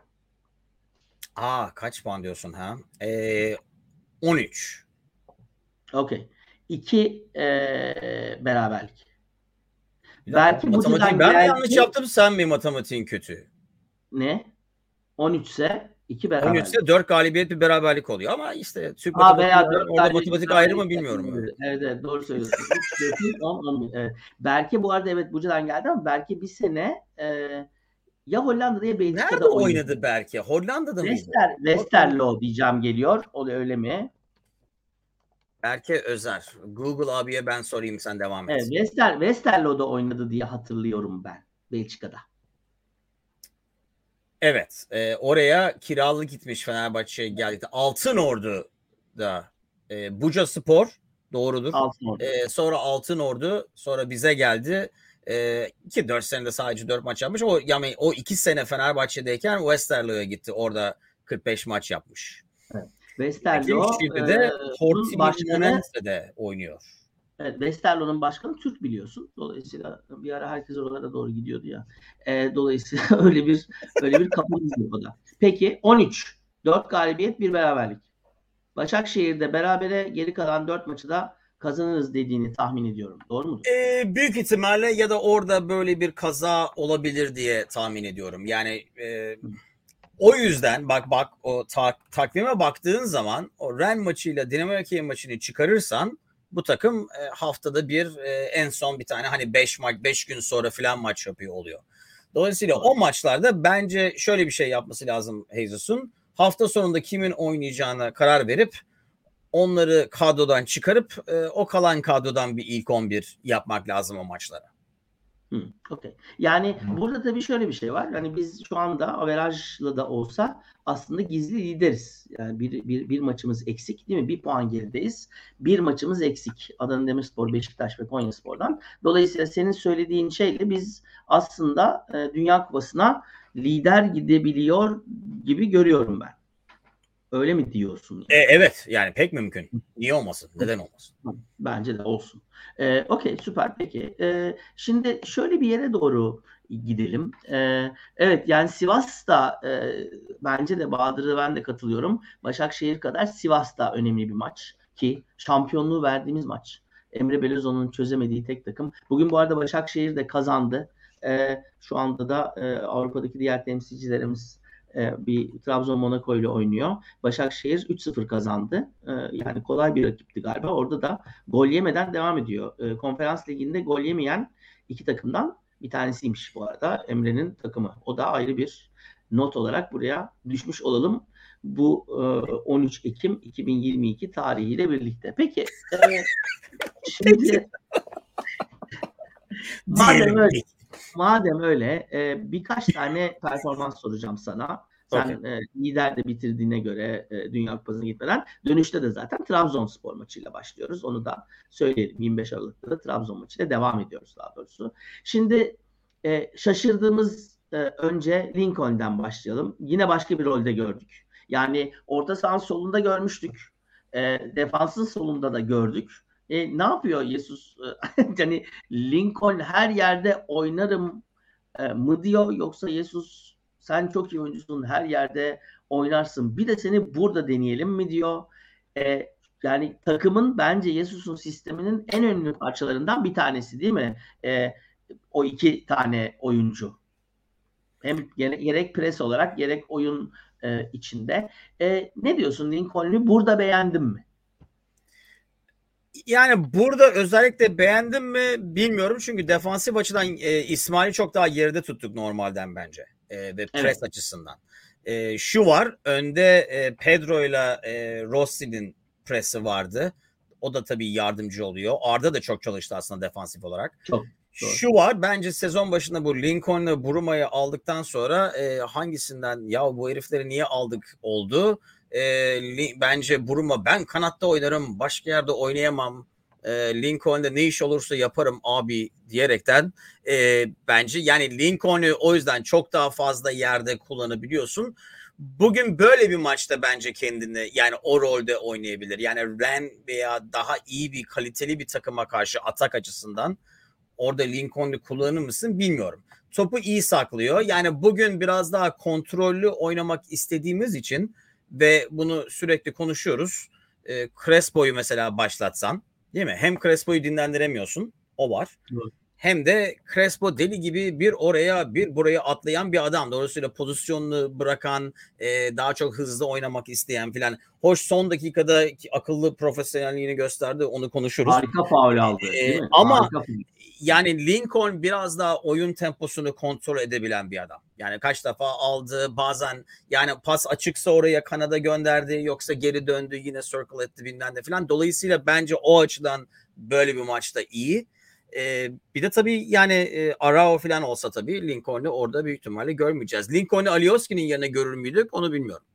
Aa kaç puan diyorsun ha? Ee, on üç. Okey. iki e, beraberlik. Belki matematiği ben mi yanlış yaptım, sen mi matematiğin kötü? Ne? on üç ise iki beraberlik. on üç ise dört galibiyet bir beraberlik oluyor ama işte Türk ha, veya dört orada matematik ayrı mı bilmiyorum. Evet, evet, evet doğru söylüyorsun. on, on, evet. Belki bu arada evet Buca'dan geldi ama belki bir sene e, ya Hollanda'da ya Belçika'da Nerede oynadı, oynadı belki? Hollanda'da mı? Wester, Westerlo diyeceğim geliyor. O öyle mi? Berke Özer. Google abiye ben sorayım, sen devam et. Evet, Wester, Westerlo'da oynadı diye hatırlıyorum ben Belçika'da. Evet. E, oraya kiralı gitmiş Fenerbahçe'ye geldi. Altınordu'da e, Buca Spor. Doğrudur. E, sonra Altınordu. Sonra bize geldi. E, iki dört senede sadece dört maç yapmış. O, yani o iki sene Fenerbahçe'deyken Westerlo'ya gitti. Orada kırk beş maç yapmış. Evet. Westerlo şimdi de Portimonense'de oynuyor. Evet, Westerlo'nun başkanı Türk biliyorsun. Dolayısıyla bir ara herkes oralara doğru gidiyordu ya. E, dolayısıyla öyle bir öyle bir kapımız var o da. Peki on üç. dört galibiyet, bir beraberlik. Başakşehir'de berabere geri kalan dört maçı da kazanırız dediğini tahmin ediyorum. Doğru mudur? E, büyük ihtimalle ya da orada böyle bir kaza olabilir diye tahmin ediyorum. Yani e, o yüzden bak bak o ta- takvime baktığın zaman o Ren maçıyla Dinamo Kiev maçını çıkarırsan bu takım e, haftada bir e, en son bir tane hani beş maç beş gün sonra filan maç yapıyor oluyor. Dolayısıyla evet. O maçlarda bence şöyle bir şey yapması lazım Jesus'un. Hafta sonunda kimin oynayacağına karar verip onları kadrodan çıkarıp e, o kalan kadrodan bir ilk on bir yapmak lazım o maçlara. Hmm, okay. Yani hmm. burada tabii şöyle bir şey var. Yani biz şu anda averajla da olsa aslında gizli lideriz. Yani bir, bir, bir maçımız eksik değil mi? Bir puan gerideyiz. Bir maçımız eksik. Adana Demirspor, Beşiktaş ve Konyaspor'dan. Dolayısıyla senin söylediğin şeyle biz aslında e, Dünya Kupası'na lider gidebiliyor gibi görüyorum ben. Öyle mi diyorsun? Yani? E, evet yani pek mümkün. Niye olmasın? Neden olmasın? Bence de olsun. Ee, Okey süper peki. Ee, şimdi şöyle bir yere doğru gidelim. Ee, evet yani Sivas da e, bence de Bahadır'a ben de katılıyorum. Başakşehir kadar Sivas da önemli bir maç. Ki şampiyonluğu verdiğimiz maç. Emre Belözoğlu'nun çözemediği tek takım. Bugün bu arada Başakşehir de kazandı. Ee, şu anda da e, Avrupa'daki diğer temsilcilerimiz bir Trabzon Monaco ile oynuyor. Başakşehir üç sıfır kazandı. Yani kolay bir rakipti galiba. Orada da gol yemeden devam ediyor. Konferans Ligi'nde gol yemeyen iki takımdan bir tanesiymiş bu arada Emre'nin takımı. O da ayrı bir not olarak buraya düşmüş olalım. Bu on üç Ekim iki bin yirmi iki tarihiyle birlikte. Peki şimdi madem öyle, Madem öyle e, birkaç tane performans soracağım sana. Sen Okay. e, lider de bitirdiğine göre e, Dünya Kupası'na gitmeden dönüşte de zaten Trabzonspor maçıyla başlıyoruz. Onu da söyleyelim. yirmi beş Aralık'ta da Trabzon maçıyla devam ediyoruz daha doğrusu. Şimdi e, şaşırdığımız e, önce Lincoln'den başlayalım. Yine başka bir rolde gördük. Yani orta sahanın solunda görmüştük. E, defansın solunda da gördük. E, ne yapıyor Jesus? Yani Lincoln her yerde oynarım e, mı diyor, yoksa Jesus sen çok iyi oyuncusun, her yerde oynarsın, bir de seni burada deneyelim mi diyor. E, yani takımın bence Jesus'un sisteminin en önemli parçalarından bir tanesi değil mi? E, o iki tane oyuncu. Hem gerek, gerek pres olarak gerek oyun e, içinde. E, ne diyorsun, Lincoln'u burada beğendin mi? Yani burada özellikle beğendim mi bilmiyorum. Çünkü defansif açıdan e, İsmail'i çok daha geride tuttuk normalden bence. E, ve pres Evet. açısından. E, şu var. Önde e, Pedro ile e, Rossi'nin presi vardı. O da tabii yardımcı oluyor. Arda da çok çalıştı aslında defansif olarak. Çok doğru. Şu var, bence sezon başında bu Lincoln'la Bruma'yı aldıktan sonra e, hangisinden ya bu herifleri niye aldık oldu. E, li, bence Bruma ben kanatta oynarım, başka yerde oynayamam. E, Lincoln'da ne iş olursa yaparım abi diyerekten e, bence yani Lincoln'u o yüzden çok daha fazla yerde kullanabiliyorsun. Bugün böyle bir maçta bence kendini yani o rolde oynayabilir. Yani Ren veya daha iyi bir kaliteli bir takıma karşı atak açısından orada Lincoln'u kullanır mısın bilmiyorum. Topu iyi saklıyor. Yani bugün biraz daha kontrollü oynamak istediğimiz için ve bunu sürekli konuşuyoruz. E, Crespo'yu mesela başlatsan, değil mi? Hem Crespo'yu dinlendiremiyorsun. O var. Evet. Hem de Crespo deli gibi bir oraya bir buraya atlayan bir adam. Dolayısıyla pozisyonunu bırakan, e, daha çok hızlı oynamak isteyen filan. Hoş son dakikada akıllı profesyonelliğini gösterdi. Onu konuşuruz. Harika faul aldı, değil E, mi? ama Harika faul. yani Lincoln biraz daha oyun temposunu kontrol edebilen bir adam. Yani kaç defa aldı, bazen yani pas açıksa oraya kanada gönderdi, yoksa geri döndü yine circle etti bilmem de falan. Dolayısıyla bence o açıdan böyle bir maçta iyi. Ee, bir de tabii yani e, Arao falan olsa tabii Lincoln'u orada büyük ihtimalle görmeyeceğiz. Lincoln'u Alioski'nin yerine görür müydük onu bilmiyorum.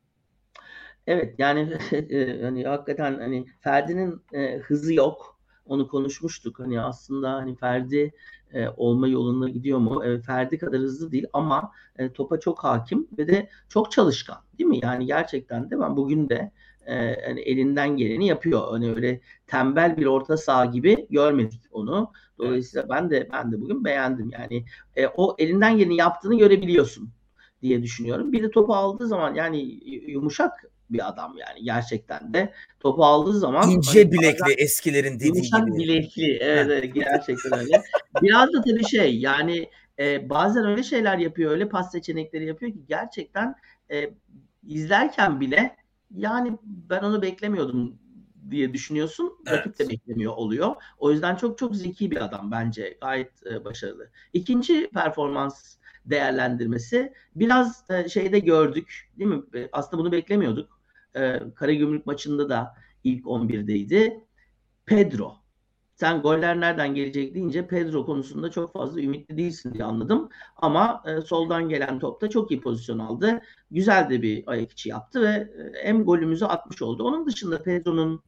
Evet yani hani hakikaten hani Ferdi'nin e, hızı yok. Onu konuşmuştuk. Hani aslında hani Ferdi e, olma yoluna gidiyor mu? Evet, Ferdi kadar hızlı değil ama e, topa çok hakim ve de çok çalışkan, değil mi? Yani gerçekten de ben bugün de e, hani elinden geleni yapıyor. Hani öyle tembel bir orta saha gibi görmedik onu. Dolayısıyla evet. ben de ben de bugün beğendim. Yani e, o elinden geleni yaptığını görebiliyorsun diye düşünüyorum. Bir de topu aldığı zaman yani yumuşak bir adam, yani gerçekten de topu aldığı zaman İnce hani bilekli eskilerin dediği yumuşak gibi. bilekli, evet, evet gerçekten öyle. Biraz da tabii şey yani e, bazen öyle şeyler yapıyor, öyle pas seçenekleri yapıyor ki gerçekten e, izlerken bile yani ben onu beklemiyordum diye düşünüyorsun. Evet. Rakip de beklemiyor oluyor. O yüzden çok çok zeki bir adam bence. Gayet e, başarılı. İkinci performans değerlendirmesi biraz e, şeyde gördük, değil mi? E, aslında bunu beklemiyorduk. E, Karagümrük maçında da ilk on birdeydi. Pedro. Sen goller nereden gelecek deyince Pedro konusunda çok fazla ümitli değilsin diye anladım. Ama e, soldan gelen topta çok iyi pozisyon aldı. Güzel de bir ayak içi yaptı ve e, hem golümüzü atmış oldu. Onun dışında Pedro'nun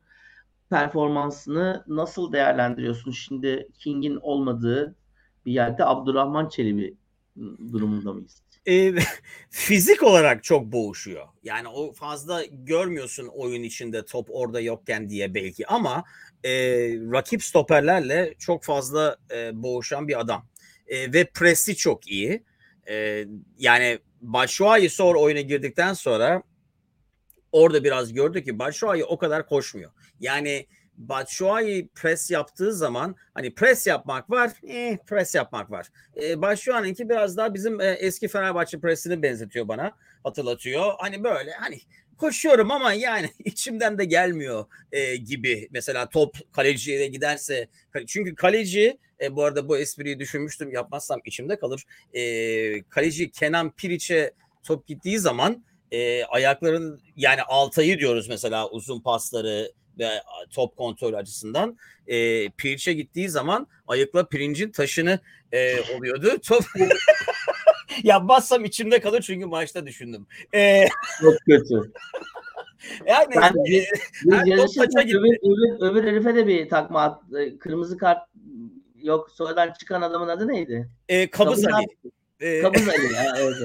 performansını nasıl değerlendiriyorsun? Şimdi King'in olmadığı bir yerde Abdurrahman Çelebi durumunda mıyız? E, fizik olarak çok boğuşuyor. Yani o fazla görmüyorsun oyun içinde top orada yokken diye belki ama e, rakip stoperlerle çok fazla e, boğuşan bir adam. E, ve presi çok iyi. E, yani Batshuayi sonra oyuna girdikten sonra orada biraz gördü ki Batshuayi o kadar koşmuyor. Yani Batshuayi pres yaptığı zaman hani pres yapmak var, eh, pres yapmak var. E, Batshuayi'ninki biraz daha bizim e, eski Fenerbahçe presini benzetiyor bana, hatırlatıyor. Hani böyle hani koşuyorum ama yani içimden de gelmiyor e, gibi. Mesela top kaleciye giderse, çünkü kaleci e, bu arada bu espriyi düşünmüştüm, yapmazsam içimde kalır. E, kaleci Kenan Piriç'e top gittiği zaman e, ayakların yani Altay'ı diyoruz mesela uzun pasları ve top kontrol açısından. E, Piriç'e gittiği zaman ayıkla pirincin taşını e, oluyordu. Top yapmazsam içimde kalır çünkü maçta düşündüm. E, Çok kötü. Yani Ben e, biz, biz yarışırken öbür, öbür, öbür herife de bir takma at, kırmızı kart yok, sonradan çıkan adamın adı neydi? E, Kabız Ali. E, Kabız Ali. Ha, evet.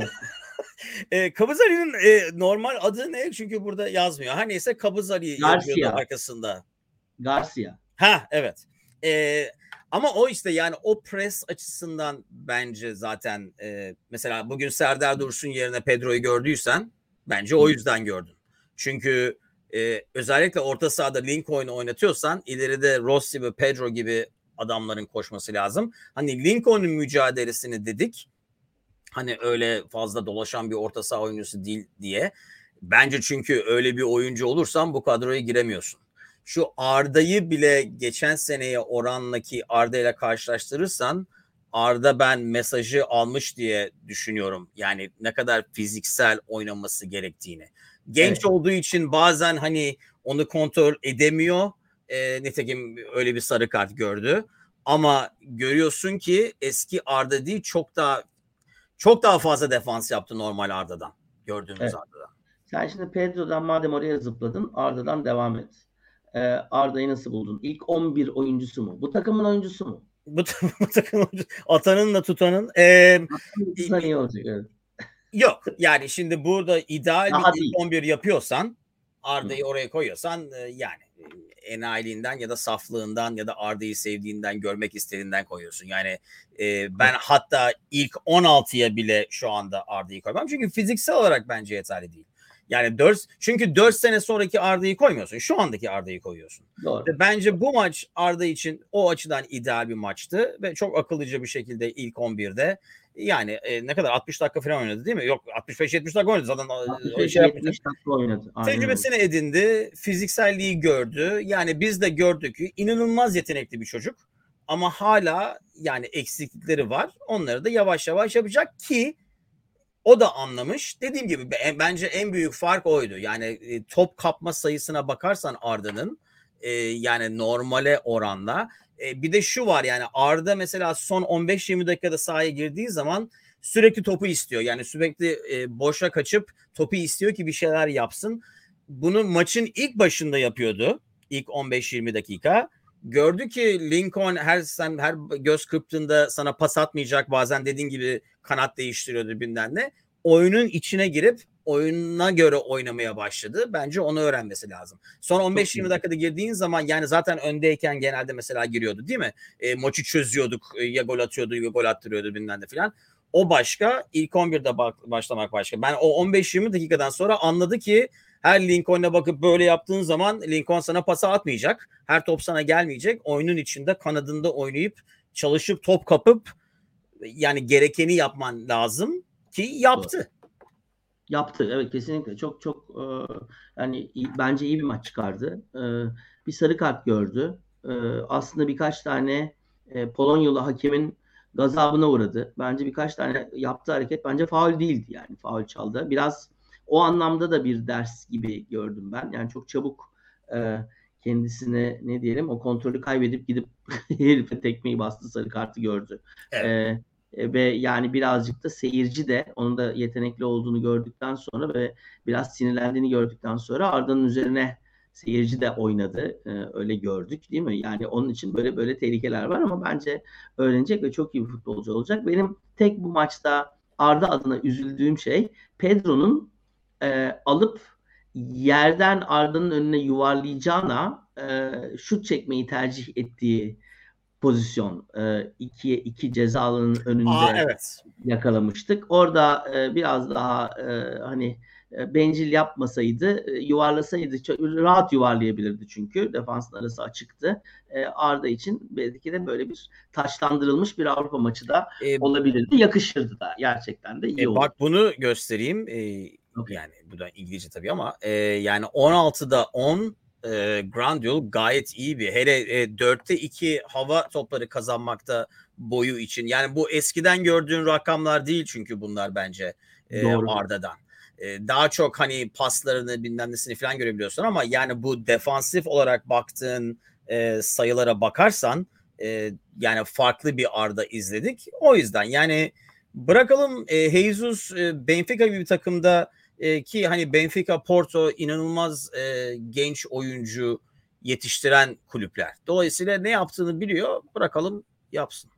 E, Kabız Ali'nin e, normal adı ne? Çünkü burada yazmıyor. Her neyse Kabız Ali yazıyordu arkasında. Garcia. Ha evet. E, ama o işte yani o pres açısından bence zaten e, mesela bugün Serdar Dursun yerine Pedro'yu gördüysen bence o yüzden gördün. Çünkü e, özellikle orta sahada Lincoln'u oynatıyorsan ileride Rossi ve Pedro gibi adamların koşması lazım. Hani Lincoln'un mücadelesini dedik. Hani öyle fazla dolaşan bir orta saha oyuncusu değil diye. Bence çünkü öyle bir oyuncu olursan bu kadroya giremiyorsun. Şu Arda'yı bile geçen seneye oranlaki Arda ile karşılaştırırsan Arda ben mesajı almış diye düşünüyorum. Yani ne kadar fiziksel oynaması gerektiğini. Genç evet. olduğu için bazen hani onu kontrol edemiyor. E, nitekim öyle bir sarı kart gördü. Ama görüyorsun ki eski Arda değil, çok daha çok daha fazla defans yaptı normal Arda'dan. Gördüğümüz evet. Arda'dan. Sen şimdi Pedro'dan madem oraya zıpladın, Arda'dan devam et. Ee, Arda'yı nasıl buldun? İlk on bir oyuncusu mu? Bu takımın oyuncusu mu? Bu, bu takımın oyuncusu. Atanınla tutanın. E, Tutan iyi olacak. Evet. Yok. Yani şimdi burada ideal daha bir ilk on bir yapıyorsan, Arda'yı Hı. oraya koyuyorsan yani enayiliğinden ya da saflığından ya da Arda'yı sevdiğinden, görmek istediğinden koyuyorsun. Yani e, ben Hı. hatta ilk on altıya bile şu anda Arda'yı koymam. Çünkü fiziksel olarak bence yeterli değil. Yani dört çünkü dört sene sonraki Arda'yı koymuyorsun. Şu andaki Arda'yı koyuyorsun. Doğru. Ve bence bu maç Arda için o açıdan ideal bir maçtı ve çok akıllıca bir şekilde ilk on birde yani e, ne kadar altmış dakika falan oynadı değil mi? Yok altmış beş yetmiş dakika oynadı zaten. altmış beş yetmiş dakika oynadı. Aynen. Tecrübesini edindi, fizikselliği gördü. Yani biz de gördük ki inanılmaz yetenekli bir çocuk. Ama hala yani eksiklikleri var. Onları da yavaş yavaş yapacak ki o da anlamış. Dediğim gibi bence en büyük fark oydu. Yani top kapma sayısına bakarsan Arda'nın e, yani normale oranla. E, bir de şu var yani Arda mesela son on beş yirmi dakikada sahaya girdiği zaman sürekli topu istiyor. Yani sürekli e, boşa kaçıp topu istiyor ki bir şeyler yapsın. Bunu maçın ilk başında yapıyordu. İlk on beş yirmi dakika. Gördü ki Lincoln her sen her göz kırptığında sana pas atmayacak. Bazen dediğin gibi kanat değiştiriyordu bilmem ne. Oyunun içine girip oyununa göre oynamaya başladı. Bence onu öğrenmesi lazım. Son on beş yirmi dakikada girdiğin zaman yani zaten öndeyken genelde mesela giriyordu değil mi? E, maçı çözüyorduk. E, ya gol atıyordu ya gol attırıyordu bilmem ne filan. O başka. İlk on birde başlamak başka. Ben o on beş yirmi dakikadan sonra anladı ki her Lincoln'a bakıp böyle yaptığın zaman Lincoln sana pası atmayacak. Her top sana gelmeyecek. Oyunun içinde kanadında oynayıp çalışıp top kapıp yani gerekeni yapman lazım ki yaptı. Yaptı evet kesinlikle. Çok çok e, yani iyi, bence iyi bir maç çıkardı. E, bir sarı kart gördü. E, aslında birkaç tane e, Polonyalı hakemin gazabına uğradı. Bence birkaç tane yaptığı hareket bence faul değildi yani. Faul çaldı. Biraz o anlamda da bir ders gibi gördüm ben. Yani çok çabuk e, kendisine ne diyelim o kontrolü kaybedip gidip herife tekmeyi bastı, sarı kartı gördü. Evet. E, ve yani birazcık da seyirci de onun da yetenekli olduğunu gördükten sonra ve biraz sinirlendiğini gördükten sonra Arda'nın üzerine seyirci de oynadı. E, öyle gördük değil mi? Yani onun için böyle böyle tehlikeler var ama bence öğrenecek ve çok iyi bir futbolcu olacak. Benim tek bu maçta Arda adına üzüldüğüm şey Pedro'nun e, alıp yerden Arda'nın önüne yuvarlayacağına e, şut çekmeyi tercih ettiği pozisyon. E, ikiye iki ceza alanının önünde Aa, evet. yakalamıştık. Orada e, biraz daha e, hani e, bencil yapmasaydı, e, yuvarlasaydı çok rahat yuvarlayabilirdi çünkü defansın arası açıktı. E, Arda için belki de böyle bir taşlandırılmış bir Avrupa maçı da e, olabilirdi. Yakışırdı da. Gerçekten de iyi e, oldu. Bak bunu göstereyim. E, okay. Yani bu da İngilizce tabii ama e, yani on altıda on E, Grandiol gayet iyi bir. Hele e, dörtte iki hava topları kazanmakta boyu için. Yani bu eskiden gördüğün rakamlar değil çünkü bunlar bence e, Arda'dan. E, daha çok hani paslarını bilmem nesini falan görebiliyorsun ama yani bu defansif olarak baktığın e, sayılara bakarsan e, yani farklı bir Arda izledik. O yüzden yani bırakalım e, Jesus e, Benfica gibi bir takımda e, ki hani Benfica, Porto inanılmaz e, genç oyuncu yetiştiren kulüpler. Dolayısıyla ne yaptığını biliyor. Bırakalım yapsın.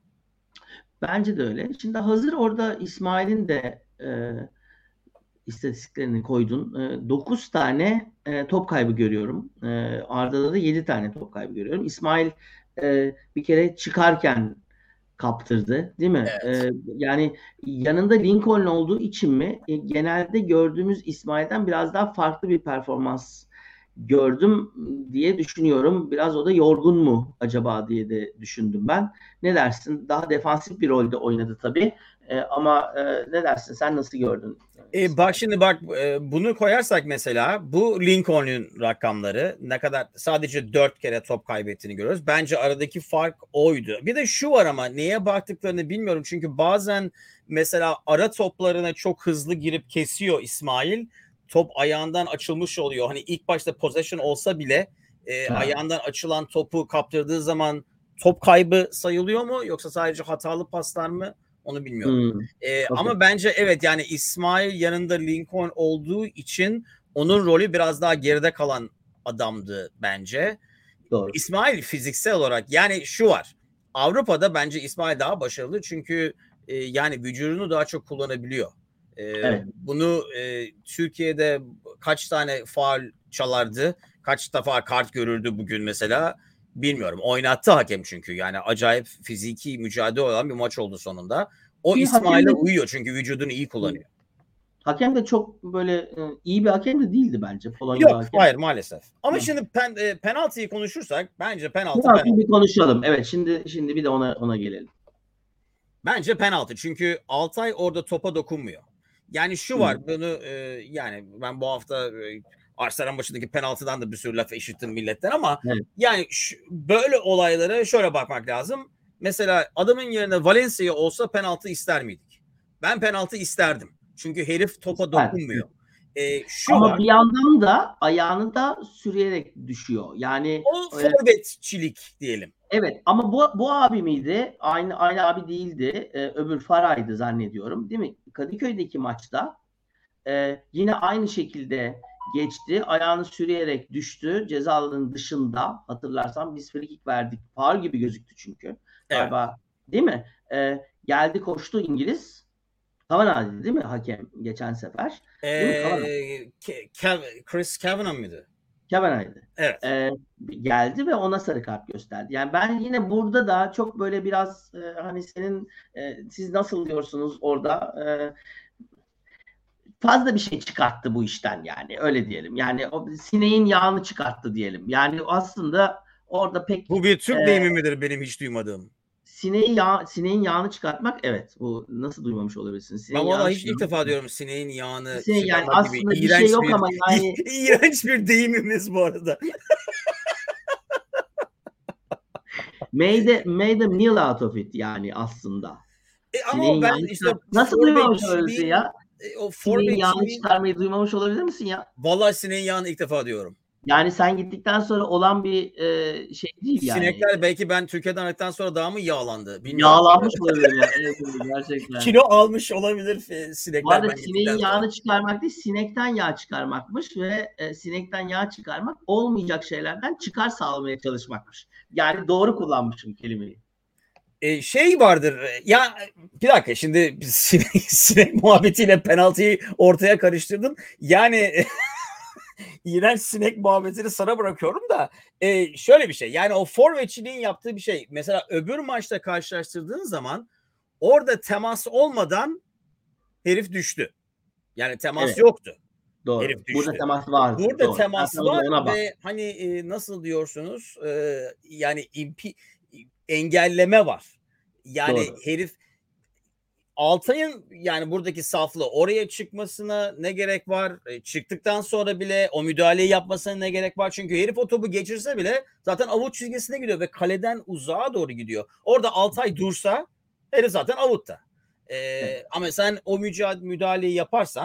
Bence de öyle. Şimdi hazır orada İsmail'in de e, istatistiklerini koydun. E, dokuz tane e, top kaybı görüyorum. E, Arda'da da yedi tane top kaybı görüyorum. İsmail e, bir kere çıkarken kaptırdı, değil mi? Evet. E, yani yanında Lincoln olduğu için mi? E, genelde gördüğümüz İsmail'den biraz daha farklı bir performans gördüm diye düşünüyorum. Biraz o da yorgun mu acaba diye de düşündüm ben. Ne dersin? Daha defansif bir rolde oynadı tabii. E, ama e, ne dersin? Sen nasıl gördün? E, bak şimdi bak e, bunu koyarsak mesela bu Lincoln'un rakamları ne kadar sadece dört kere top kaybettiğini görüyoruz. Bence aradaki fark oydu. Bir de şu var ama neye baktıklarını bilmiyorum. Çünkü bazen mesela ara toplarına çok hızlı girip kesiyor İsmail. Top ayağından açılmış oluyor. Hani ilk başta possession olsa bile e, ayağından açılan topu kaptırdığı zaman top kaybı sayılıyor mu? Yoksa sadece hatalı paslar mı? Onu bilmiyorum. Hmm. Ee, Okay. Ama bence evet yani İsmail yanında Lincoln olduğu için onun rolü biraz daha geride kalan adamdı bence. Doğru. İsmail fiziksel olarak yani şu var. Avrupa'da bence İsmail daha başarılı çünkü e, yani vücudunu daha çok kullanabiliyor. E, Evet. Bunu e, Türkiye'de kaç tane faul çalardı, kaç defa kart görürdü bugün mesela bilmiyorum. Oynattı hakem çünkü yani acayip fiziki mücadele olan bir maç oldu sonunda. O Ki İsmail'e de, uyuyor çünkü vücudunu iyi kullanıyor. Hakem de çok böyle e, iyi bir hakem de değildi bence Polonyalı Yok hakem. hayır maalesef. Ama Hı. şimdi pen, e, penaltıyı konuşursak bence penaltı Penaltı penaltı. bir konuşalım. Evet, şimdi şimdi bir de ona ona gelelim. Bence penaltı çünkü Altay orada topa dokunmuyor. Yani şu var Hı. bunu e, yani ben bu hafta e, Arsenal başındaki penaltıdan da bir sürü laf işittim milletten ama Evet. yani şu, böyle olaylara şöyle bakmak lazım. Mesela adamın yerine Valencia olsa penaltı ister miydik? Ben penaltı isterdim. Çünkü herif topa İster. dokunmuyor. E, şu Ama var. bir yandan da ayağını da sürüyerek düşüyor. Yani O e, forvetçilik diyelim. evet ama bu bu abi miydi? Aynı aynı abi değildi. E, öbür Faray'dı zannediyorum, değil mi? Kadıköy'deki maçta e, yine aynı şekilde geçti. Ayağını sürüyerek düştü. Ceza alanının dışında, hatırlarsan biz free kick verdik. Faul gibi gözüktü çünkü. Galiba evet. Değil mi? E, geldi koştu İngiliz. Kavanagh değil mi hakem geçen sefer? Değil mi? Ee, Kev- Chris Kavanagh mıydı? Kavanagh'dı. Evet. Ee, geldi ve ona sarı kart gösterdi. Yani ben yine burada da çok böyle biraz e, hani senin e, siz nasıl diyorsunuz orada e, fazla bir şey çıkarttı bu işten yani öyle diyelim. Yani o sineğin yağını çıkarttı diyelim. Yani aslında orada pek Bu bir Türk e, deyimi midir benim hiç duymadığım? sineği yağ, sineğin yağını çıkartmak evet. Bu nasıl duymamış olabilirsiniz? Ben Sineğin yağını vallahi hiç ilk çıkarmak. defa diyorum sineğin yağını Sineğin yani çıkarmak gibi aslında bir şey iğrenç yok bir ama yani iğrenç bir deyimimiz bu arada. made a, made a meal out of it yani aslında. E ama Sineğin ben yağını işte çıkar. Nasıl duymamış olabilirsin forvetçiliğin ya? e, o Sineğin yağını forvetçiliğin çıkarmayı duymamış olabilir misin ya? vallahi sineğin yağını ilk defa diyorum. Yani sen gittikten sonra olan bir e, şey değil yani. Sinekler belki ben Türkiye'den ayrıldıktan sonra daha mı yağlandı bilmiyorum. Yağlanmış olabilir ya. Evet, evet, gerçekten. Kilo almış olabilir Bu sinekler arada ben sineğin gittikten sonra. yağını çıkarmak değil, sinekten yağ çıkarmakmış ve e, sinekten yağ çıkarmak olmayacak şeylerden çıkar sağlamaya çalışmakmış. Yani doğru kullanmışım kelimeyi. E, şey vardır ya bir dakika şimdi sinek, sinek muhabbetiyle penaltıyı ortaya karıştırdın. Yani iğrenç sinek muhabbetini sana bırakıyorum da e, şöyle bir şey yani o forvetçiliğin yaptığı bir şey mesela öbür maçta karşılaştırdığın zaman orada temas olmadan herif düştü. Yani temas Evet, yoktu. doğru. Herif Burada düştü. temas vardı. Burada Doğru. Ben temas sana var ona bak. ve hani e, nasıl diyorsunuz e, yani impi, engelleme var. Yani Doğru. herif Altay'ın yani buradaki saflığı oraya çıkmasına ne gerek var? E, çıktıktan sonra bile o müdahaleyi yapmasına ne gerek var? Çünkü herif o topu geçirse bile zaten avuç çizgisine gidiyor ve kaleden uzağa doğru gidiyor. Orada Altay dursa herif zaten avutta. E, Evet. Ama sen o müdahaleyi yaparsan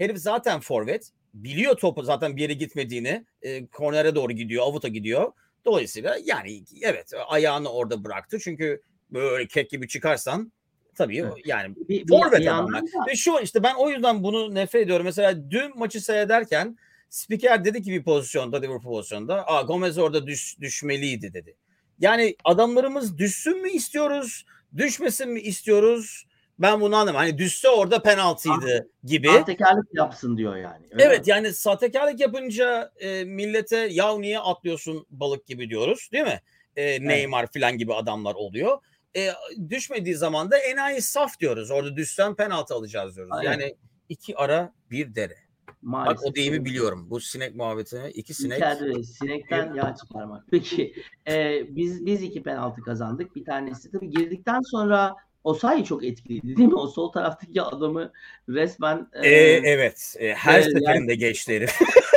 Herif zaten forvet. Biliyor topu zaten bir yere gitmediğini. E, kornere doğru gidiyor. Avuta gidiyor. Dolayısıyla yani evet ayağını orada bıraktı. Çünkü böyle kek gibi çıkarsan tabii evet. Yani bir, forvet bir adamlar. Ve şu işte ben o yüzden bunu nefret ediyorum. Mesela dün maçı seyrederken spiker dedi ki bir pozisyonda, Liverpool pozisyonda, Aa, Gomez orada düş, düşmeliydi dedi. Yani adamlarımız düşsün mü istiyoruz, düşmesin mi istiyoruz? Ben bunu anlamadım. Hani düşse orada penaltıydı gibi. Sahtekarlık yapsın diyor yani. Öyle evet mi? Yani sahtekarlık yapınca e, millete ya niye atlıyorsun balık gibi diyoruz değil mi? E, Neymar evet. Falan gibi adamlar oluyor. E, düşmediği zaman da enayi saf diyoruz. Orada düşsen penaltı alacağız diyoruz. Evet. Yani iki ara bir dere. Maalesef. Bak o deyimi biliyorum. Bu sinek muhabbetine iki sinek. İçeride sinekten yağ çıkarmak. Peki e, biz biz iki penaltı kazandık. Bir tanesi tabii girdikten sonra Osayi çok etkiliydi değil mi? O sol taraftaki adamı resmen e, e, evet. E, her e, seferinde yani, geçti herif.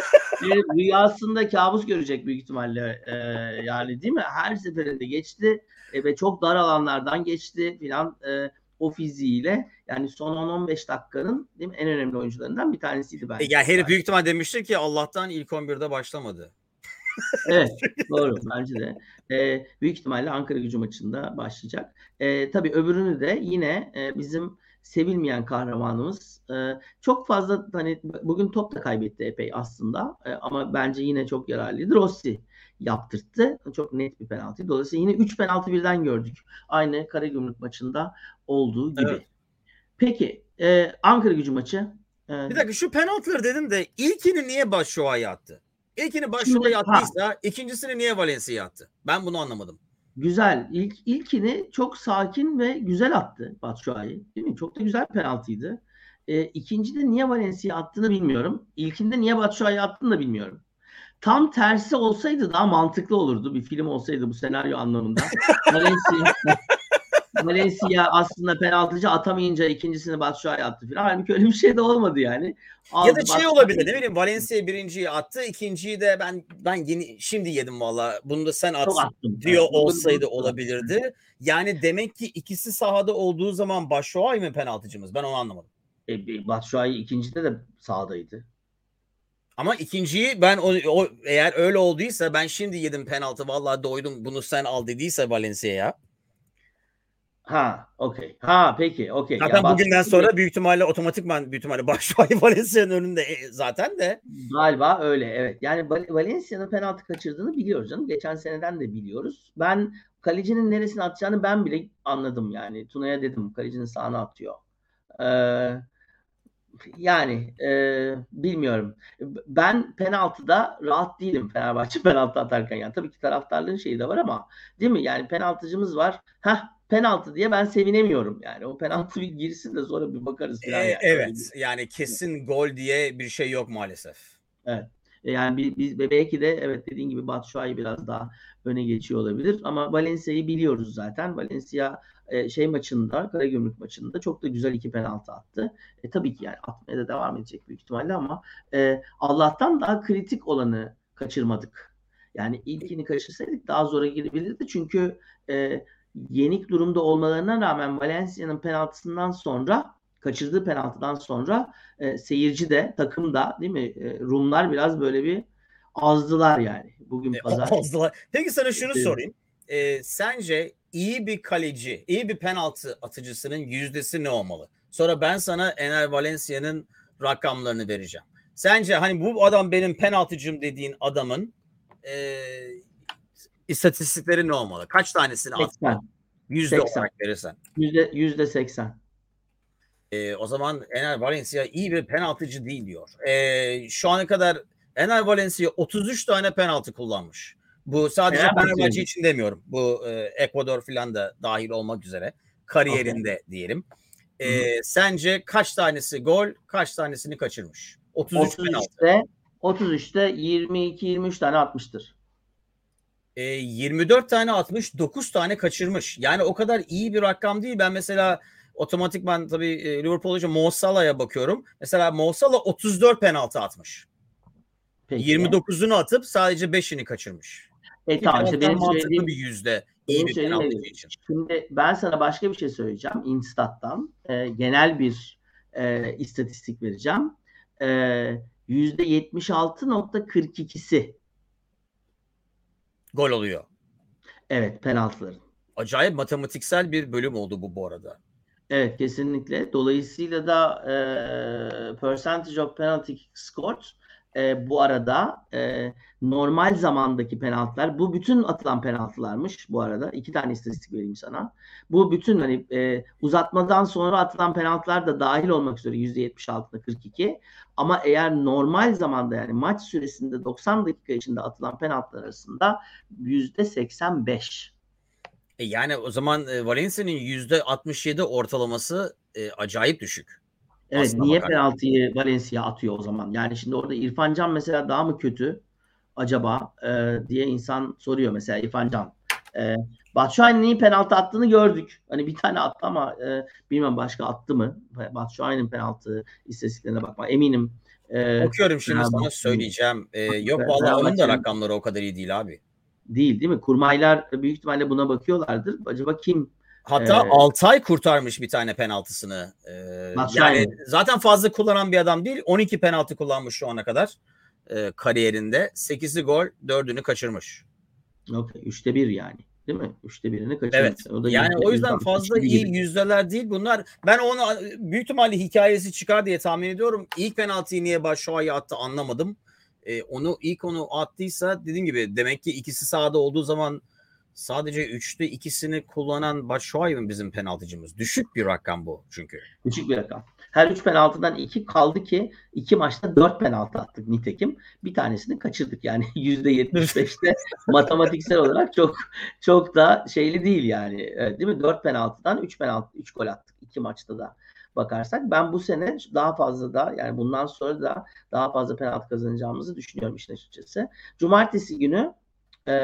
e, rüyasında kabus görecek büyük ihtimalle e, yani değil mi? Her seferinde geçti e, ve çok dar alanlardan geçti filan e, o fiziğiyle. Yani son on on beş dakikanın değil mi? En önemli oyuncularından bir tanesiydi bence. E, yani herif büyük ihtimal demiştir ki Allah'tan ilk on birde başlamadı. Evet doğru bence de. Ee, büyük ihtimalle Ankara Gücü maçında başlayacak. Ee, tabii öbürünü de yine e, bizim sevilmeyen kahramanımız e, çok fazla hani bugün top da kaybetti epey aslında e, ama bence yine çok yararlıydı. Rossi yaptırttı. Çok net bir penaltı. Dolayısıyla yine üç penaltı birden gördük. Aynı Karagümrük maçında olduğu gibi. Evet. Peki e, Ankara Gücü maçı. E, bir dakika şu penaltıları dedim de ilkini niye Batshuayi attı? İlkini Batshuayi attıysa ha. ikincisini niye Valencia attı? Ben bunu anlamadım. Güzel. İlk ilkini çok sakin ve güzel attı Batshuayi. Değil mi? Çok da güzel penaltıydı. E, ikincide niye Valencia attığını bilmiyorum. İlkinde niye Batshuayi attığını da bilmiyorum. Tam tersi olsaydı daha mantıklı olurdu. Bir film olsaydı bu senaryo anlamında. Valencia Valencia aslında penaltıcı atamayınca ikincisini Batshuayi attı falan. Halbuki öyle bir şey de olmadı yani. Aldı, ya da şey olabilir ne bileyim Valencia birinciyi attı, ikinciyi de ben ben yeni şimdi yedim valla. Bunu da sen at diyor evet, olsaydı olabilirdi. Yani demek ki ikisi sahada olduğu zaman Batshuayi mi penaltıcımız? Ben onu anlamadım. E, Batshuayi ikincide de sahadaydı. Ama ikinciyi ben o, o eğer öyle olduysa ben şimdi yedim penaltı vallahi doydum bunu sen al dediyse Valencia'ya. Ha, okey. Ha, peki, okey. Zaten yani bugünden sonra de... büyük ihtimalle otomatikman büyük ihtimalle Batshuayi Valencia'nın önünde zaten de. Galiba öyle, evet. Yani Valencia'nın penaltı kaçırdığını biliyoruz canım. Geçen seneden de biliyoruz. Ben kalecinin neresine atacağını ben bile anladım yani. Tuna'ya dedim kalecinin sağına atıyor. Ee, yani e, bilmiyorum. Ben penaltıda rahat değilim Fenerbahçe penaltı atarken. Yani tabii ki taraftarlığın şeyi de var ama değil mi? Yani penaltıcımız var. Heh, penaltı diye ben sevinemiyorum yani. O penaltı bir girsin de sonra bir bakarız falan yani. Ee, evet. Bir... Yani kesin gol diye bir şey yok maalesef. Evet. Yani biz, biz belki de evet dediğin gibi Batshuayi biraz daha öne geçiyor olabilir ama Valencia'yı biliyoruz zaten. Valencia e, şey maçında, Karagümrük maçında çok da güzel iki penaltı attı. E, tabii ki yani atmaya da devam edecek büyük ihtimalle ama e, Allah'tan daha kritik olanı kaçırmadık. Yani ilkini kaçırsaydık daha zora girebilirdi çünkü e, yenik durumda olmalarına rağmen Valencia'nın penaltısından sonra kaçırdığı penaltıdan sonra e, seyirci de takım da değil mi? E, Rumlar biraz böyle bir azdılar yani. Bugün e, pazar. Azdılar. Peki sana şunu evet. sorayım. E, sence iyi bir kaleci, iyi bir penaltı atıcısının yüzdesi ne olmalı? Sonra ben sana Ener Valencia'nın rakamlarını vereceğim. Sence hani bu adam benim penaltıcım dediğin adamın e, istatistikleri ne olmalı? Kaç tanesini atmalı? Yüzde olarak verirsen. Yüzde, yüzde seksen. E, o zaman Ener Valencia iyi bir penaltıcı değil diyor. E, şu ana kadar Ener Valencia otuz üç tane penaltı kullanmış. Bu sadece Fenerbahçe için demiyorum. Bu e, Ekvador falan da dahil olmak üzere kariyerinde okay. diyelim. E, sence kaç tanesi gol, kaç tanesini kaçırmış? otuz üç otuz üçte, penaltı. otuz üçte yirmi iki yirmi üç tane atmıştır. E, yirmi dört tane atmış, dokuz tane kaçırmış. Yani o kadar iyi bir rakam değil. Ben mesela otomatikman tabii e, Liverpool olunca Mo Salah'a bakıyorum. Mesela Mo Salah otuz dört penaltı atmış. Peki. yirmi dokuzunu atıp sadece beşini kaçırmış. E tamam işte benim mantıklı bir yüzde iyi bir penaltıcı için. Şimdi ben sana başka bir şey söyleyeceğim. Instat'tan e, genel bir e, istatistik vereceğim. e, yüzde yetmiş altı nokta kırk ikisi gol oluyor. Evet, penaltıların. Acayip matematiksel bir bölüm oldu bu bu arada. Evet, kesinlikle. Dolayısıyla da e, percentage of penalty scored e, bu arada e, normal zamandaki penaltılar, bu bütün atılan penaltılarmış bu arada. İki tane istatistik vereyim sana. Bu bütün hani e, uzatmadan sonra atılan penaltılar da dahil olmak üzere yüzde yetmiş altı kırk iki. Ama eğer normal zamanda, yani maç süresinde doksan dakika içinde atılan penaltılar arasında yüzde seksen beş. E yani o zaman e, Valencia'nın yüzde altmış yedi ortalaması e, acayip düşük. Evet, Aslına niye bakarsan. penaltıyı Valencia atıyor o zaman? Yani şimdi orada İrfan Can mesela daha mı kötü acaba e, diye insan soruyor mesela İrfan Can. E, Batshuayi'nin penaltı attığını gördük. Hani bir tane attı ama e, bilmem başka attı mı? Batshuayi'nin penaltı istatistiklerine bakma. Eminim e, Bakıyorum şimdi sana Fenerbahçe'nin söyleyeceğim. E, yok vallahi onun da Fenerbahçe'nin rakamları o kadar iyi değil abi. değil değil mi? Kurmaylar büyük ihtimalle buna bakıyorlardır. Acaba kim? Hatta E, Altay kurtarmış bir tane penaltısını. Ee, yani Batshuayi. zaten fazla kullanan bir adam değil. on iki penaltı kullanmış şu ana kadar e, kariyerinde. sekizi gol, dördünü kaçırmış. Okay. Üçte bir yani. Değil mi? Üçte birini Evet. kaçırmış. O da Yani o yüzden yüzde fazla altmış iyi gibi. yüzdeler değil bunlar. Ben onu büyük ihtimalle hikayesi çıkar diye tahmin ediyorum. İlk penaltıyı niye Batshuayi attı anlamadım. Ee, onu ilk onu attıysa dediğim gibi demek ki ikisi sahada olduğu zaman sadece üçte ikisini kullanan Batshuayi mi bizim penaltıcımız? Düşük bir rakam bu çünkü. Küçük bir rakam. Her üç penaltıdan iki kaldı ki iki maçta dört penaltı attık nitekim. Bir tanesini kaçırdık. Yani yüzde yetmiş beşte matematiksel olarak çok çok da şeyli değil yani. Değil mi? Dört penaltıdan üç penaltı, üç gol attık iki maçta da bakarsak. Ben bu sene daha fazla da, yani bundan sonra da daha fazla penaltı kazanacağımızı düşünüyorum işin açıkçası. Cumartesi günü e,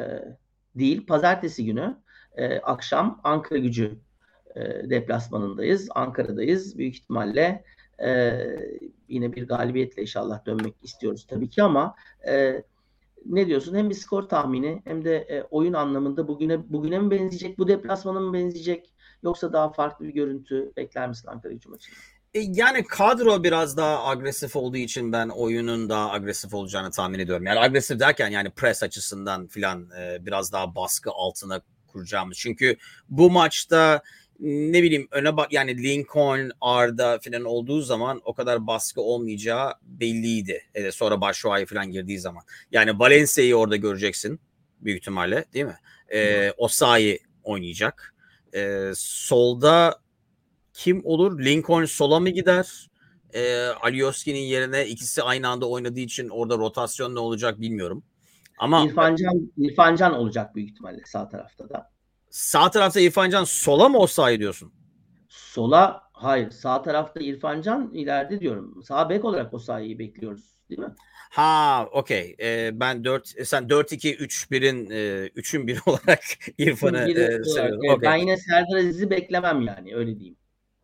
değil, pazartesi günü e, akşam Ankaragücü e, deplasmanındayız. Ankara'dayız. Büyük ihtimalle e, yine bir galibiyetle inşallah dönmek istiyoruz tabii ki ama e, ne diyorsun? Hem bir skor tahmini hem de e, oyun anlamında bugüne bugüne mi benzeyecek, bu deplasmana mı benzeyecek, yoksa daha farklı bir görüntü bekler misin Ankaragücü maçında? E, yani kadro biraz daha agresif olduğu için ben oyunun daha agresif olacağını tahmin ediyorum. Yani agresif derken yani pres açısından filan e, biraz daha baskı altına kuracağımız. Çünkü bu maçta ne bileyim öne bak, yani Lincoln, Arda filan olduğu zaman o kadar baskı olmayacağı belliydi. E, sonra Batshuayi filan girdiği zaman. Yani Valencia'yı orada göreceksin büyük ihtimalle, değil mi? E, Osayi oynayacak. E, solda kim olur? Lincoln sola mı gider? E, Alioski'nin yerine ikisi aynı anda oynadığı için orada rotasyon ne olacak bilmiyorum. Ama İrfan Can, İrfan Can olacak büyük ihtimalle sağ tarafta da. Sağ tarafta İrfan Can, sola mı Osayi diyorsun? Sola hayır. Sağ tarafta İrfan Can, ileride diyorum. Sağ bek olarak Osayi'yi bekliyoruz, değil mi? Ha, okey. Ee, ben dört sen dört iki üç birin e, üçün biri olarak İrfan'ı e, seviyorum. Evet, Okay. ben yine Serdar Aziz'i beklemem yani, öyle diyeyim.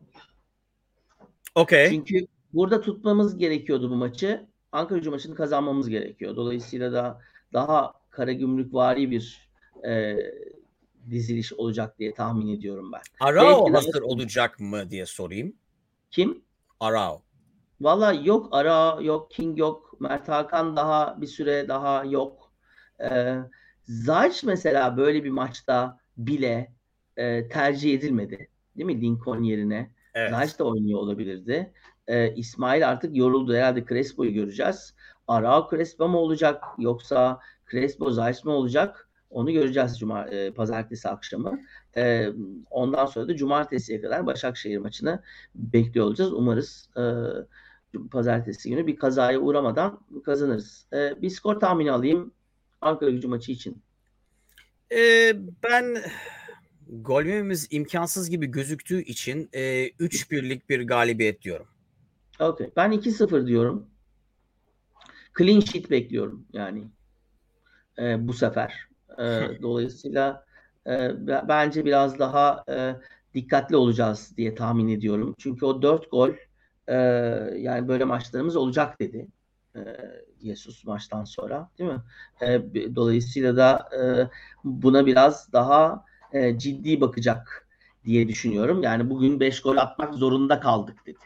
Okay. Çünkü burada tutmamız gerekiyordu bu maçı. Ankaragücü maçını kazanmamız gerekiyor. Dolayısıyla da daha Karagümrükvari bir e, diziliş olacak diye tahmin ediyorum ben. Arao Belki daha hazır olacak mı diye sorayım. kim? Arao. Valla yok Ara, yok King, yok Mert Hakan, daha bir süre daha yok. Ee, Zayç mesela böyle bir maçta bile e, tercih edilmedi. Değil mi? Lincoln yerine. Evet. Zayç da oynuyor olabilirdi. Ee, İsmail artık yoruldu. Herhalde Crespo'yu göreceğiz. Arao Crespo mu olacak yoksa Crespo Zayç mı olacak? Onu göreceğiz Cuma, e, pazartesi akşamı. E, ondan sonra da cumartesiye kadar Başakşehir maçını bekliyor olacağız. Umarız e, pazartesi günü bir kazaya uğramadan kazanırız. E, bir skor tahmini alayım Ankaragücü maçı için. Ee, ben gol yememiz imkansız gibi gözüktüğü için e, üç birlik bir galibiyet diyorum. Okay. Ben iki sıfır diyorum. Clean sheet bekliyorum yani e, bu sefer. E, dolayısıyla e, bence biraz daha e, dikkatli olacağız diye tahmin ediyorum. Çünkü o dört gol e, yani böyle maçlarımız olacak dedi e, Jesus maçtan sonra, değil mi? E, dolayısıyla da e, buna biraz daha e, ciddi bakacak diye düşünüyorum. Yani bugün beş gol atmak zorunda kaldık dedi.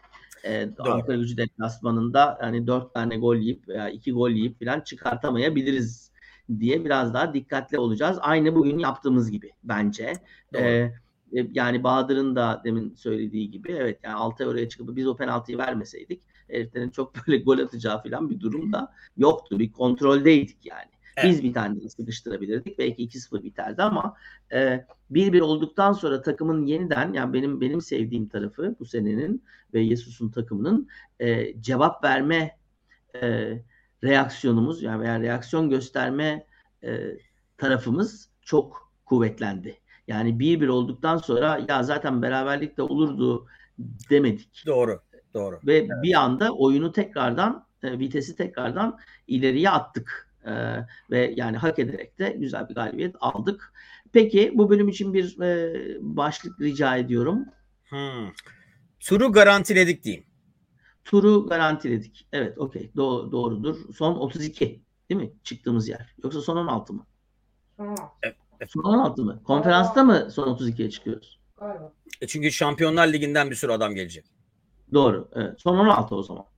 E, Ankara Gücü deplasmanında hani dört tane gol yiyip veya iki gol yiyip falan çıkartamayabiliriz diye biraz daha dikkatli olacağız. Aynı bugün yaptığımız gibi bence. E, yani Bahadır'ın da demin söylediği gibi evet yani Altay oraya çıkıp biz o penaltıyı vermeseydik heriflerin çok böyle gol atacağı falan bir durum da yoktu. Bir kontroldeydik yani. Evet. Biz bir tane sıkıştırabilirdik. Belki iki sıfır biterdi ama e, bir bir olduktan sonra takımın yeniden yani benim benim sevdiğim tarafı bu senenin ve Jesus'un takımının e, cevap verme e, reaksiyonumuz yani veya reaksiyon gösterme e, tarafımız çok kuvvetlendi. Yani bir bir olduktan sonra ya zaten beraberlik de olurdu demedik. Doğru. Doğru. Ve evet. bir anda oyunu tekrardan e, vitesi tekrardan ileriye attık. E, ve yani hak ederek de güzel bir galibiyet aldık. Peki bu bölüm için bir e, başlık rica ediyorum. Hmm. Turu garantiledik diyeyim. Turu garantiledik. Evet, okey. Do- doğrudur. Son otuz iki değil mi? Çıktığımız yer. Yoksa son on altı mı? Evet. Son on altı mı? Konferansta mı son otuz ikiye çıkıyoruz? Galiba. Çünkü Şampiyonlar Ligi'nden bir sürü adam gelecek. Doğru. Evet. Son on altı o zaman.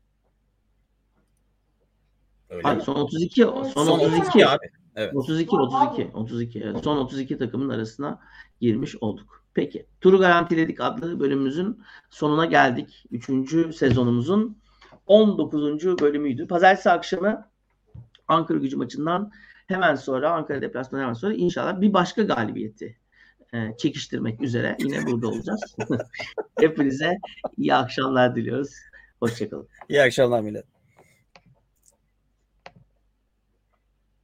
Öyle Hayır, mi? son otuz iki. Son, son otuz iki abi. Evet. otuz iki otuz iki otuz iki. Evet. Son otuz iki takımın arasına girmiş olduk. Peki. Turu garantiledik adlı bölümümüzün sonuna geldik. Üçüncü sezonumuzun on dokuzuncu bölümüydü. Pazartesi akşamı Ankara Gücü maçından hemen sonra Ankara deplasmanı hemen sonra inşallah bir başka galibiyeti e, çekiştirmek üzere yine burada olacağız. Hepinize iyi akşamlar diliyoruz. Hoşçakalın. İyi akşamlar millet.